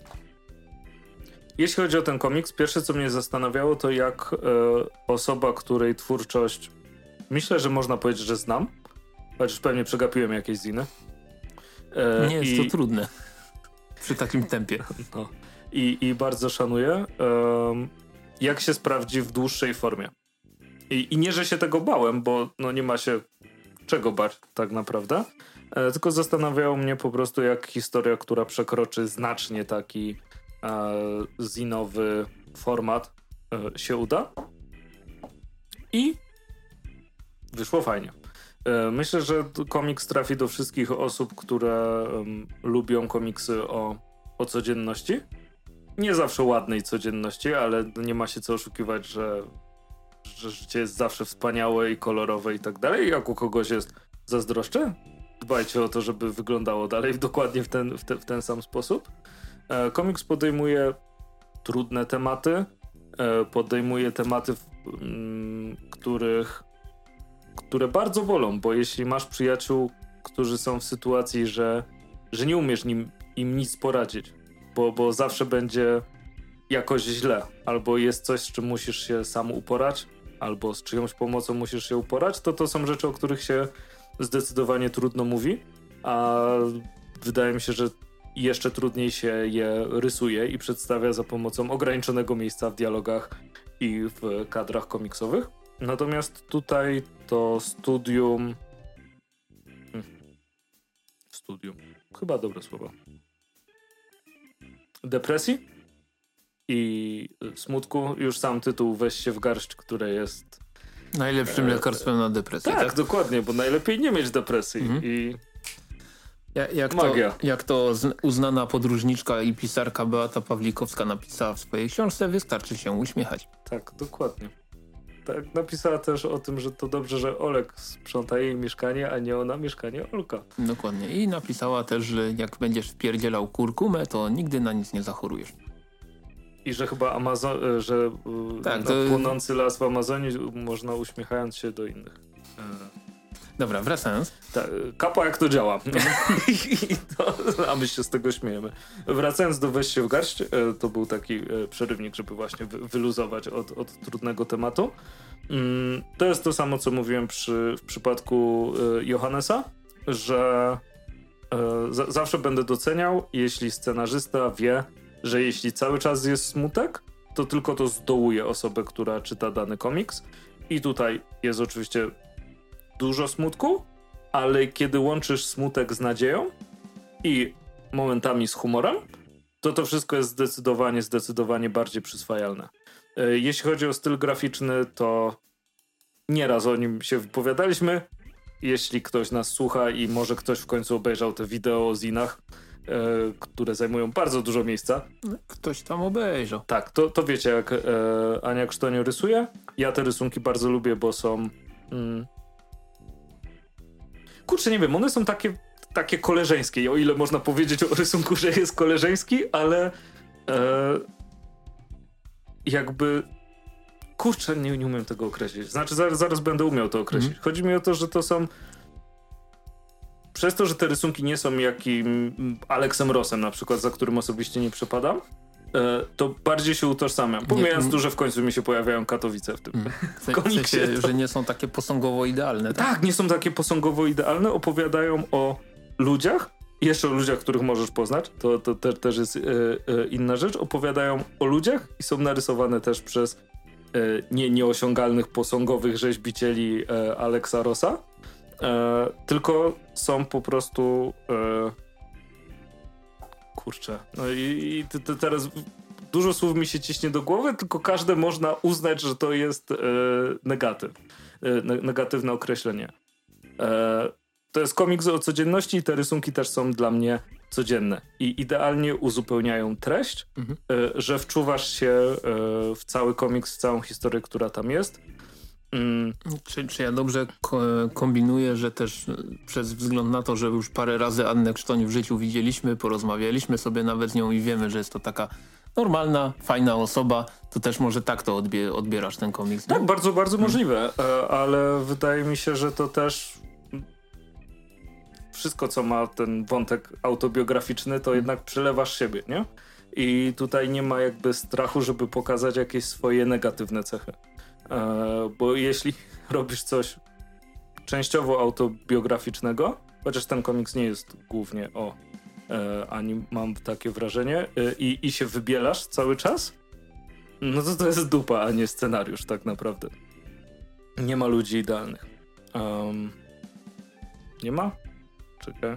Jeśli chodzi o ten komiks, pierwsze co mnie zastanawiało, to jak e, osoba, której twórczość myślę, że można powiedzieć, że znam, chociaż pewnie przegapiłem jakieś ziny. E, Nie jest i... to trudne przy takim tempie. No. I, I bardzo szanuję, e, jak się sprawdzi w dłuższej formie. I, I nie, że się tego bałem, bo no nie ma się czego bać tak naprawdę, e, tylko zastanawiało mnie po prostu, jak historia, która przekroczy znacznie taki e, zinowy format e, się uda. I wyszło fajnie. E, myślę, że komiks trafi do wszystkich osób, które um, lubią komiksy o, o codzienności. Nie zawsze ładnej codzienności, ale nie ma się co oszukiwać, że że życie jest zawsze wspaniałe i kolorowe i tak dalej. Jak u kogoś jest, zazdroszczę. Dbajcie o to, żeby wyglądało dalej dokładnie w ten, w te, w ten sam sposób. E, komiks podejmuje trudne tematy, e, podejmuje tematy, w, m, których, które bardzo bolą, bo jeśli masz przyjaciół, którzy są w sytuacji, że, że nie umiesz nim, im nic poradzić, bo, bo zawsze będzie jakoś źle, albo jest coś, z czym musisz się sam uporać, albo z czyjąś pomocą musisz się uporać, to to są rzeczy, o których się zdecydowanie trudno mówi, a wydaje mi się, że jeszcze trudniej się je rysuje i przedstawia za pomocą ograniczonego miejsca w dialogach i w kadrach komiksowych. Natomiast tutaj to studium... Studium. Chyba dobre słowo. Depresji i smutku. Już sam tytuł Weź się w garść, które jest... Najlepszym e... lekarstwem na depresję. Tak, tak, dokładnie, bo najlepiej nie mieć depresji. Mhm. I... Ja, jak, Magia. To, jak to uznana podróżniczka i pisarka Beata Pawlikowska napisała w swojej książce, wystarczy się uśmiechać. Tak, dokładnie. Tak, napisała też o tym, że to dobrze, że Olek sprząta jej mieszkanie, a nie ona mieszkanie Olka. Dokładnie. I napisała też, że jak będziesz wpierdzielał kurkumę, to nigdy na nic nie zachorujesz. I że chyba Amazon, że tak, to... płonący las w Amazonii można uśmiechając się do innych. Dobra, wracając. Tak, kapa jak to działa. I to, a my się z tego śmiejemy. Wracając do Weź się w garść, to był taki przerywnik, żeby właśnie wyluzować od, od trudnego tematu. To jest to samo, co mówiłem przy, w przypadku Johannesa, że z, zawsze będę doceniał, jeśli scenarzysta wie, że jeśli cały czas jest smutek, to tylko to zdołuje osobę, która czyta dany komiks. I tutaj jest oczywiście dużo smutku, ale kiedy łączysz smutek z nadzieją i momentami z humorem, to to wszystko jest zdecydowanie, zdecydowanie bardziej przyswajalne. Jeśli chodzi o styl graficzny, to nieraz o nim się wypowiadaliśmy. Jeśli ktoś nas słucha i może ktoś w końcu obejrzał te wideo o zinach, e, które zajmują bardzo dużo miejsca. Ktoś tam obejrzał. Tak, to, to wiecie, jak e, Ania Krztonio rysuje. Ja te rysunki bardzo lubię, bo są... Mm, kurczę, nie wiem, one są takie, takie koleżeńskie, o ile można powiedzieć o rysunku, że jest koleżeński, ale e, jakby kurczę, nie, nie umiem tego określić. Znaczy zaraz, zaraz będę umiał to określić. Mm. Chodzi mi o to, że to są przez to, że te rysunki nie są jakim Aleksem Rossem na przykład, za którym osobiście nie przepadam, to bardziej się utożsamiam. Pomijając to, że w końcu mi się pojawiają Katowice w tym mm. komiksie. W sensie, to... że nie są takie posągowo idealne. Tak? tak, nie są takie posągowo idealne. Opowiadają o ludziach, jeszcze o ludziach, których możesz poznać. To, to te, też jest e, e, inna rzecz. Opowiadają o ludziach i są narysowane też przez e, nie, nieosiągalnych posągowych rzeźbicieli e, Aleksa Rossa. E, tylko są po prostu... E, Kurczę, no i, i t, t, teraz dużo słów mi się ciśnie do głowy, tylko każde można uznać, że to jest e, negatyw, e, ne, negatywne określenie. E, to jest komiks o codzienności i te rysunki też są dla mnie codzienne i idealnie uzupełniają treść, mhm. e, że wczuwasz się e, w cały komiks, w całą historię, która tam jest. Mm. Czy, czy ja dobrze ko kombinuję, że też przez wzgląd na to, że już parę razy Annę Krztoń w życiu widzieliśmy, porozmawialiśmy sobie nawet z nią i wiemy, że jest to taka normalna, fajna osoba, to też może tak to odbie odbierasz ten komiks. Tak, nie? bardzo, bardzo hmm. możliwe, ale wydaje mi się, że to też wszystko, co ma ten wątek autobiograficzny, to hmm. jednak przelewasz siebie, nie? I tutaj nie ma jakby strachu, żeby pokazać jakieś swoje negatywne cechy. E, bo jeśli robisz coś częściowo autobiograficznego, chociaż ten komiks nie jest głównie o e, ani mam takie wrażenie e, i, i się wybielasz cały czas, no to to jest dupa, a nie scenariusz tak naprawdę. Nie ma ludzi idealnych. Um, nie ma? Czekaj.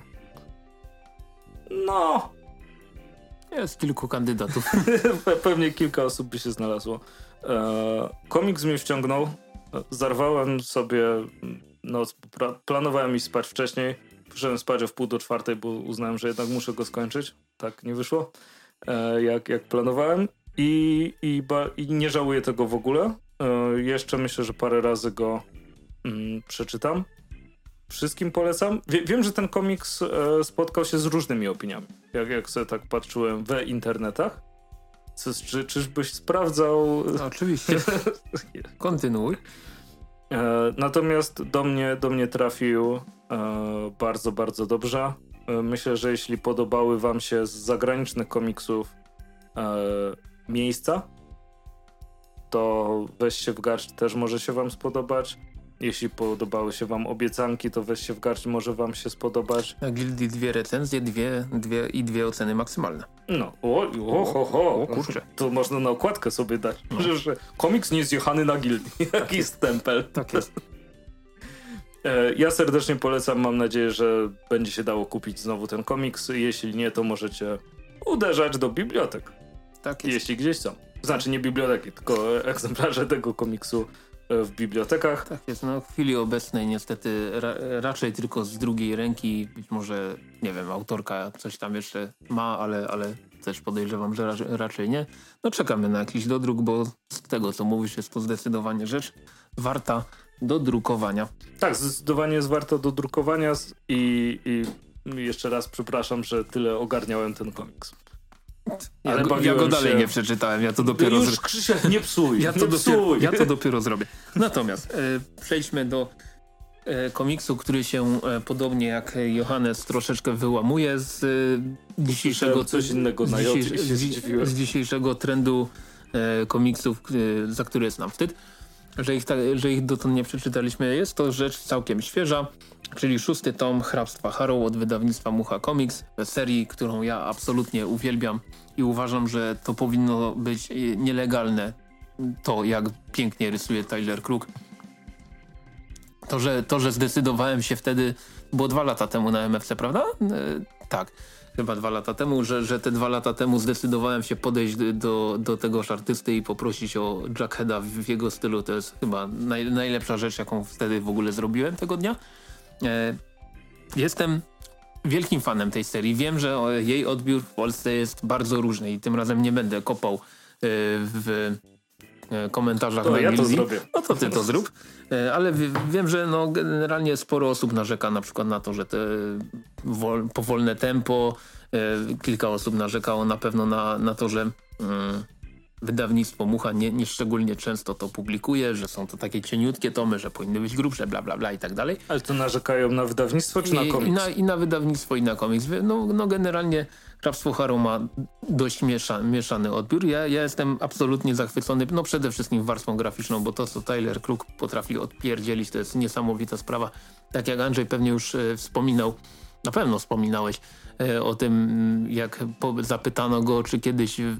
No! Jest kilku kandydatów. Pewnie kilka osób by się znalazło. E, komiks mnie wciągnął. Zarwałem sobie noc. Planowałem iść spać wcześniej. Poszedłem spać o wpół do czwartej, bo uznałem, że jednak muszę go skończyć. Tak nie wyszło, e, jak, jak planowałem. I, i, ba, I nie żałuję tego w ogóle. E, jeszcze myślę, że parę razy go mm, przeczytam. wszystkim polecam. Wie, wiem, że ten komiks e, spotkał się z różnymi opiniami. Jak, jak sobie tak patrzyłem we internetach. Co, czy, czyżbyś sprawdzał... No, oczywiście. Kontynuuj. E, natomiast do mnie, do mnie trafił e, bardzo, bardzo dobrze. E, myślę, że jeśli podobały wam się z zagranicznych komiksów e, miejsca, to Weźcie w garść też może się wam spodobać. Jeśli podobały się wam Obiecanki, to Weźcie w garść może wam się spodobać. Na Gildii dwie recenzje, dwie, dwie i dwie oceny maksymalne. No, o, o, ho, ho. O kurczę. To można na okładkę sobie dać. No. Że, że komiks niezjechany na Gildii. Jaki jest stempel. Tak jest. Ja serdecznie polecam, mam nadzieję, że będzie się dało kupić znowu ten komiks. Jeśli nie, to możecie uderzać do bibliotek. Tak jest. Jeśli gdzieś są. Znaczy nie biblioteki, tylko egzemplarze tego komiksu w bibliotekach. Tak jest, no w chwili obecnej niestety ra raczej tylko z drugiej ręki, być może, nie wiem, autorka coś tam jeszcze ma, ale, ale też podejrzewam, że ra raczej nie. No czekamy na jakiś dodruk, bo z tego co mówisz jest to zdecydowanie rzecz warta do drukowania. Tak, zdecydowanie jest warta do drukowania i, i jeszcze raz przepraszam, że tyle ogarniałem ten komiks. Ale ja, go, ja go dalej się... nie przeczytałem, ja to dopiero... Już Krzysiek, nie psuj, ja, nie to psuj. Dopiero, ja to dopiero zrobię. Natomiast e, przejdźmy do e, komiksu, który się e, podobnie jak Johannes troszeczkę wyłamuje z e, dzisiejszego... coś innego na z, dzisiejsz, z, z dzisiejszego trendu e, komiksów, e, za który jest nam wstyd, że ich, ta, że ich dotąd nie przeczytaliśmy. Jest to rzecz całkiem świeża, czyli szósty tom Hrabstwa Harrow od wydawnictwa Mucha Comics, serii, którą ja absolutnie uwielbiam i uważam, że to powinno być nielegalne, to jak pięknie rysuje Tyler Crook. To, że, to, że zdecydowałem się wtedy, było dwa lata temu na M F C, prawda? E, tak, chyba dwa lata temu, że, że te dwa lata temu zdecydowałem się podejść do, do tegoż artysty i poprosić o Jugheada w, w jego stylu. To jest chyba naj, najlepsza rzecz, jaką wtedy w ogóle zrobiłem tego dnia. E, jestem wielkim fanem tej serii. Wiem, że jej odbiór w Polsce jest bardzo różny i tym razem nie będę kopał e, w e, komentarzach to na ja Gildii. To zrobię. No to ty to zrób. E, ale w, wiem, że no, generalnie sporo osób narzeka na przykład na to, że te wol, powolne tempo, e, kilka osób narzekało na pewno na, na to, że mm, wydawnictwo Mucha nie, nie szczególnie często to publikuje, że są to takie cieniutkie tomy, że powinny być grubsze, bla bla bla i tak dalej. Ale to narzekają na wydawnictwo czy I, na komiks? I na, I na wydawnictwo i na komiks. No, no generalnie Hrabstwo Harrow ma dość miesza, mieszany odbiór. Ja, ja jestem absolutnie zachwycony, no przede wszystkim warstwą graficzną, bo to co Tyler Crook potrafi odpierdzielić, to jest niesamowita sprawa. Tak jak Andrzej pewnie już e, wspominał, na pewno wspominałeś e, o tym, jak po, zapytano go, czy kiedyś w,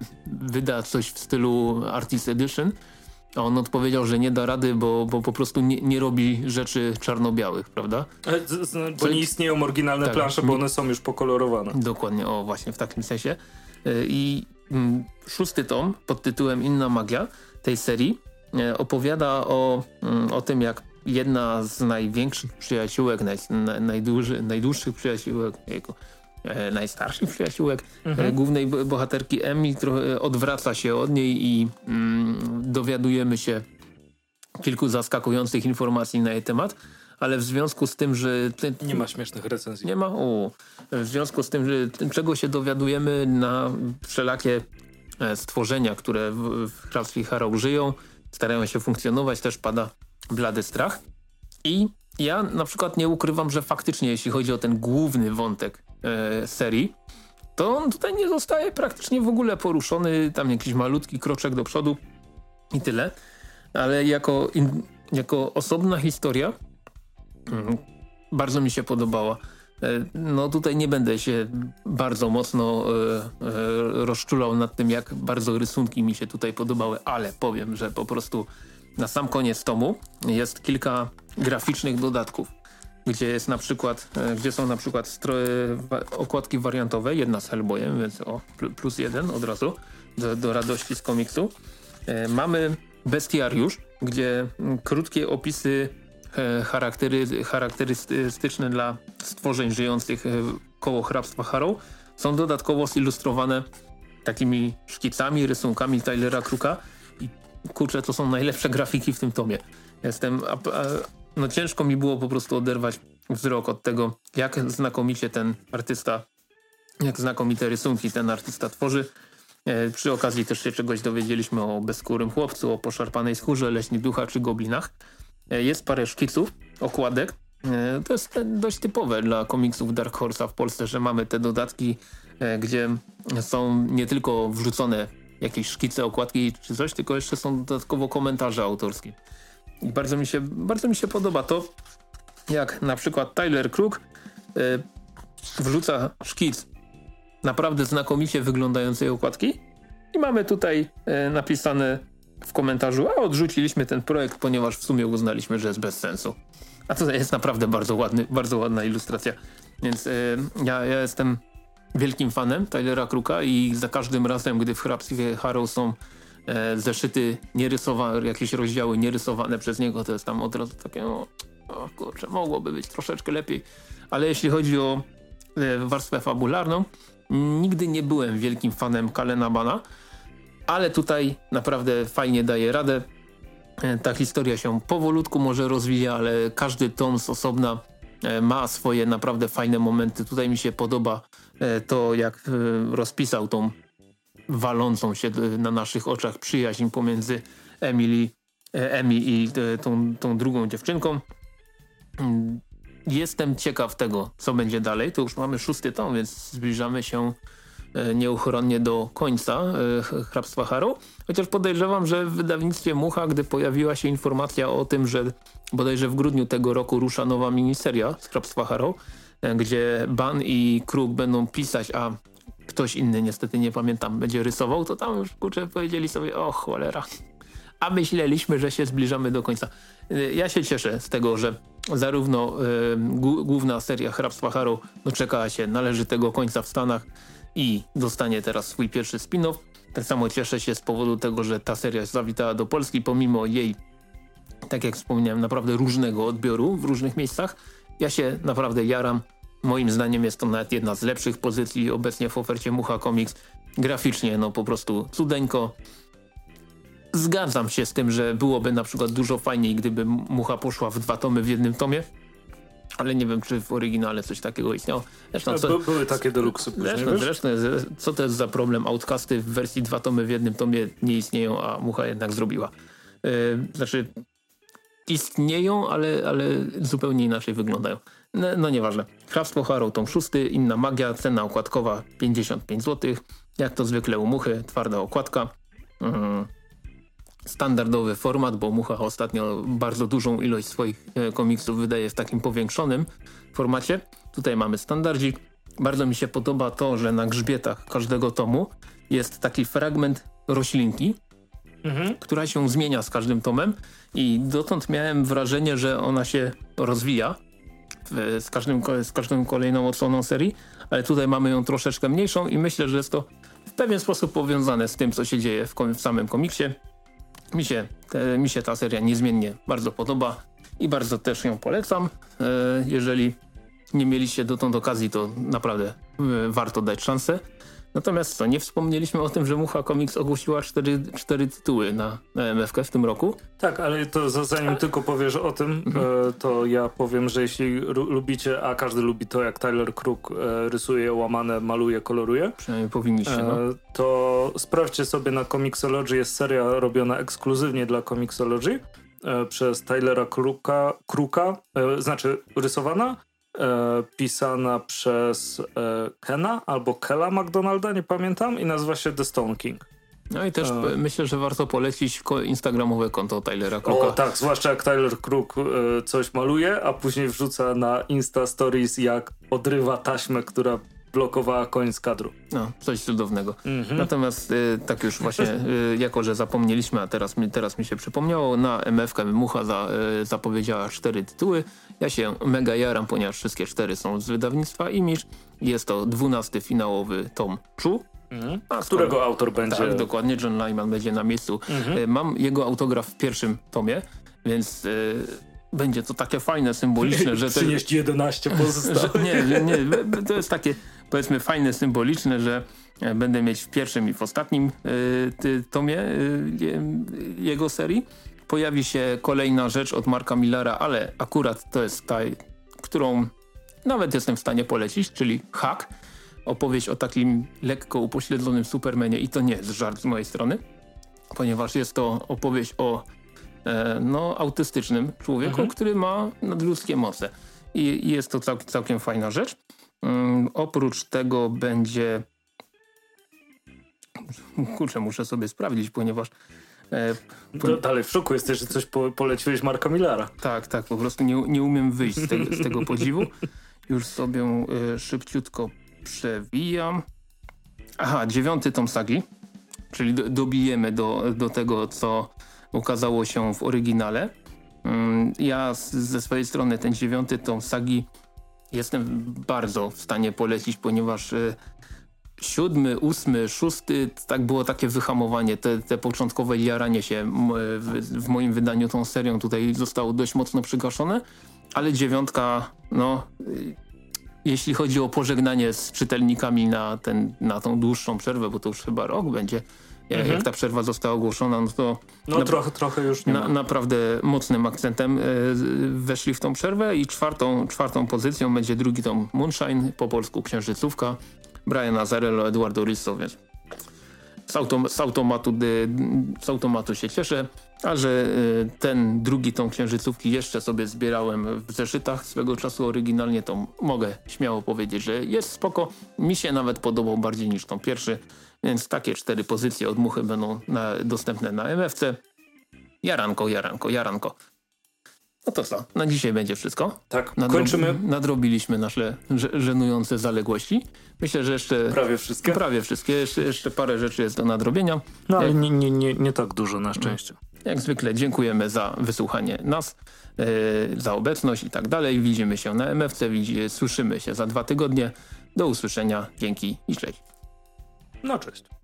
wyda coś w stylu Artist Edition, a on odpowiedział, że nie da rady, bo, bo po prostu nie, nie robi rzeczy czarno-białych, prawda? E, z, z, bo Co? nie istnieją oryginalne tak, plansze, bo one są już pokolorowane. Dokładnie, o właśnie w takim sensie. E, I mm, szósty tom pod tytułem Inna magia tej serii e, opowiada o, mm, o tym, jak jedna z największych przyjaciółek, naj, na, najdłuży, najdłuższych przyjaciółek, jego, e, najstarszych przyjaciółek mhm. e, głównej bohaterki Emmy trochę odwraca się od niej i mm, dowiadujemy się kilku zaskakujących informacji na jej temat, ale w związku z tym, że... Ty, nie ma śmiesznych recenzji. Nie ma? O, w związku z tym, że tym, czego się dowiadujemy na wszelakie e, stworzenia, które w, w Hrabstwie Harrow żyją, starają się funkcjonować, też pada blady strach. I ja na przykład nie ukrywam, że faktycznie jeśli chodzi o ten główny wątek e, serii, to on tutaj nie zostaje praktycznie w ogóle poruszony, tam jakiś malutki kroczek do przodu i tyle. Ale jako, in, jako osobna historia mm, bardzo mi się podobała. E, no tutaj nie będę się bardzo mocno e, e, rozczulał nad tym, jak bardzo rysunki mi się tutaj podobały, ale powiem, że po prostu na sam koniec tomu jest kilka graficznych dodatków, gdzie jest na przykład, e, gdzie są na przykład stroje, wa, okładki wariantowe, jedna z Hellboyem, więc o, plus jeden od razu do, do radości z komiksu. E, mamy bestiariusz, gdzie m, krótkie opisy e, charaktery, charakterystyczne dla stworzeń żyjących e, koło Hrabstwa Harrow są dodatkowo zilustrowane takimi szkicami, rysunkami Tylera Crooka. Kurczę, to są najlepsze grafiki w tym tomie. Jestem a, a, no ciężko mi było po prostu oderwać wzrok od tego, jak znakomicie ten artysta, jak znakomite rysunki ten artysta tworzy. E, przy okazji też się czegoś dowiedzieliśmy o bezskórym chłopcu, o poszarpanej skórze, leśnych duchach czy goblinach. E, jest parę szkiców, okładek. E, to jest dość typowe dla komiksów Dark Horse'a w Polsce, że mamy te dodatki, e, gdzie są nie tylko wrzucone jakieś szkice, okładki czy coś, tylko jeszcze są dodatkowo komentarze autorskie. I bardzo mi się, bardzo mi się podoba to, jak na przykład Tyler Crook y, wrzuca szkic naprawdę znakomicie wyglądającej okładki i mamy tutaj y, napisane w komentarzu, a odrzuciliśmy ten projekt, ponieważ w sumie uznaliśmy, że jest bez sensu. A tutaj jest naprawdę bardzo ładny, bardzo ładna ilustracja. Więc y, ja, ja jestem wielkim fanem Tylera Crooka i za każdym razem, gdy w Hrabstwie Harrow są e, zeszyty nierysowane, jakieś rozdziały nierysowane przez niego, to jest tam od razu takie, no, o kurczę, mogłoby być troszeczkę lepiej. Ale jeśli chodzi o e, warstwę fabularną, nigdy nie byłem wielkim fanem Kalena Bana, ale tutaj naprawdę fajnie daje radę. E, ta historia się powolutku może rozwija, ale każdy tom z osobna e, ma swoje naprawdę fajne momenty. Tutaj mi się podoba e, to, jak e, rozpisał tą walącą się na naszych oczach przyjaźń pomiędzy Emily, Emi i tą, tą drugą dziewczynką. Jestem ciekaw tego, co będzie dalej. To już mamy szósty tom, więc zbliżamy się nieuchronnie do końca Hrabstwa Harrow. Chociaż podejrzewam, że w wydawnictwie Mucha, gdy pojawiła się informacja o tym, że bodajże w grudniu tego roku rusza nowa miniseria z Hrabstwa Harrow, gdzie Ban i Crook będą pisać, a ktoś inny, niestety nie pamiętam, będzie rysował, to tam już kurczę powiedzieli sobie, o cholera, a myśleliśmy, że się zbliżamy do końca. Ja się cieszę z tego, że zarówno y, główna seria Hrabstwa Harrow doczekała się należytego końca w Stanach i dostanie teraz swój pierwszy spin-off. Tak samo cieszę się z powodu tego, że ta seria zawitała do Polski, pomimo jej, tak jak wspomniałem, naprawdę różnego odbioru w różnych miejscach. Ja się naprawdę jaram. Moim zdaniem jest to nawet jedna z lepszych pozycji obecnie w ofercie Mucha Comics. Graficznie no po prostu cudeńko. Zgadzam się z tym, że byłoby na przykład dużo fajniej, gdyby Mucha poszła w dwa tomy w jednym tomie, ale nie wiem, czy w oryginale coś takiego istniało. Zresztą, co, By, były takie deluxe. Zresztą, zresztą, co to jest za problem? Outcasty w wersji dwa tomy w jednym tomie nie istnieją, a Mucha jednak zrobiła. Yy, znaczy istnieją, ale, ale zupełnie inaczej wyglądają. No, no nieważne. Hrabstwo Harrow, tom szósty, inna magia, cena okładkowa pięćdziesiąt pięć złotych. Jak to zwykle u Muchy, twarda okładka. Mm. Standardowy format, bo Mucha ostatnio bardzo dużą ilość swoich e, komiksów wydaje w takim powiększonym formacie. Tutaj mamy standardzik. Bardzo mi się podoba to, że na grzbietach każdego tomu jest taki fragment roślinki, mhm. która się zmienia z każdym tomem i dotąd miałem wrażenie, że ona się rozwija w, z, każdym, z każdą kolejną odsłoną serii, ale tutaj mamy ją troszeczkę mniejszą i myślę, że jest to w pewien sposób powiązane z tym, co się dzieje w, w samym komiksie. Mi się, te, mi się ta seria niezmiennie bardzo podoba i bardzo też ją polecam. E, jeżeli nie mieliście dotąd okazji, to naprawdę e, warto dać szansę. Natomiast co, nie wspomnieliśmy o tym, że Mucha Comics ogłosiła cztery, cztery tytuły na, na M F K w tym roku. Tak, ale to zanim tylko powiesz o tym, mhm. e, to ja powiem, że jeśli lubicie, a każdy lubi to, jak Tyler Crook e, rysuje, łamane, maluje, koloruje. Przynajmniej powinniście, no. E, to sprawdźcie sobie na Comixology, jest seria robiona ekskluzywnie dla Comixology e, przez Tylera Crooka, Crooka e, znaczy rysowana. E, pisana przez e, Kena albo Kela McDonalda, nie pamiętam, i nazywa się The Stone King. No i też e... myślę, że warto polecić instagramowe konto Tylera Crooka. O tak, zwłaszcza jak Tyler Crook e, coś maluje, a później wrzuca na Insta Stories, jak odrywa taśmę, która blokowała koń z kadru. No, coś cudownego. Mm-hmm. Natomiast y, tak już właśnie, y, jako że zapomnieliśmy, a teraz mi, teraz mi się przypomniało, na M F K Mucha za, y, zapowiedziała cztery tytuły. Ja się mega jaram, ponieważ wszystkie cztery są z wydawnictwa Image. Jest to dwunasty finałowy tom Chu. Mm. A którego skoro, autor będzie? Tak, dokładnie, John Lyman będzie na miejscu. Mm-hmm. Y, mam jego autograf w pierwszym tomie, więc... Y, będzie to takie fajne, symboliczne, że... Przynieść te, jedenaście pozostałych. Nie, nie, nie, to jest takie, powiedzmy, fajne, symboliczne, że będę mieć w pierwszym i w ostatnim y, tomie y, jego serii. pojawi się kolejna rzecz od Marka Millera, ale akurat to jest ta, którą nawet jestem w stanie polecić, czyli Hack. Opowieść o takim lekko upośledzonym Supermanie i to nie jest żart z mojej strony, ponieważ jest to opowieść o e, no, autystycznym człowieku, mhm. który ma nadludzkie moce. I, i jest to cał, całkiem fajna rzecz. Um, oprócz tego będzie... Kurczę, muszę sobie sprawdzić, ponieważ... E, po... Dalej w szoku jesteś, że coś po, poleciłeś Marka Millara. Tak, tak, po prostu nie, nie umiem wyjść z, te, z tego podziwu. Już sobie e, szybciutko przewijam. Aha, dziewiąty tom sagi, czyli do, dobijemy do, do tego, co ukazało się w oryginale. Ja z, ze swojej strony ten dziewiąty tom sagi jestem bardzo w stanie polecić, ponieważ y, siódmy, ósmy, szósty, tak było takie wyhamowanie, te, te początkowe jaranie się m, w, w moim wydaniu tą serią tutaj zostało dość mocno przygaszone, ale dziewiątka, no... Y, jeśli chodzi o pożegnanie z czytelnikami na, ten, na tą dłuższą przerwę, bo to już chyba rok będzie, jak, mhm. jak ta przerwa została ogłoszona, no to no na, trochę, trochę już nie na, ma. Naprawdę mocnym akcentem e, weszli w tą przerwę i czwartą, czwartą pozycją będzie drugi tom Moonshine, po polsku Księżycówka, Briana Azzarello, Eduardo Risso, więc z, autom z, automatu, z automatu się cieszę, a że y, ten drugi tom Księżycówki jeszcze sobie zbierałem w zeszytach swego czasu oryginalnie, to mogę śmiało powiedzieć, że jest spoko. Mi się nawet podobał bardziej niż tom pierwszy, więc takie cztery pozycje od Muchy będą na, dostępne na M F C. Jaranko, jaranko, jaranko. No to co, na dzisiaj będzie wszystko. Tak, Nadrob kończymy. Nadrobiliśmy nasze żenujące zaległości. Myślę, że jeszcze... Prawie wszystkie? Prawie wszystkie. Jeszcze, jeszcze parę rzeczy jest do nadrobienia. No ale nie, nie, nie, nie tak dużo na szczęście. Jak zwykle dziękujemy za wysłuchanie nas, yy, za obecność i tak dalej. Widzimy się na M F C, widzimy, słyszymy się za dwa tygodnie. Do usłyszenia, dzięki i cześć. No cześć.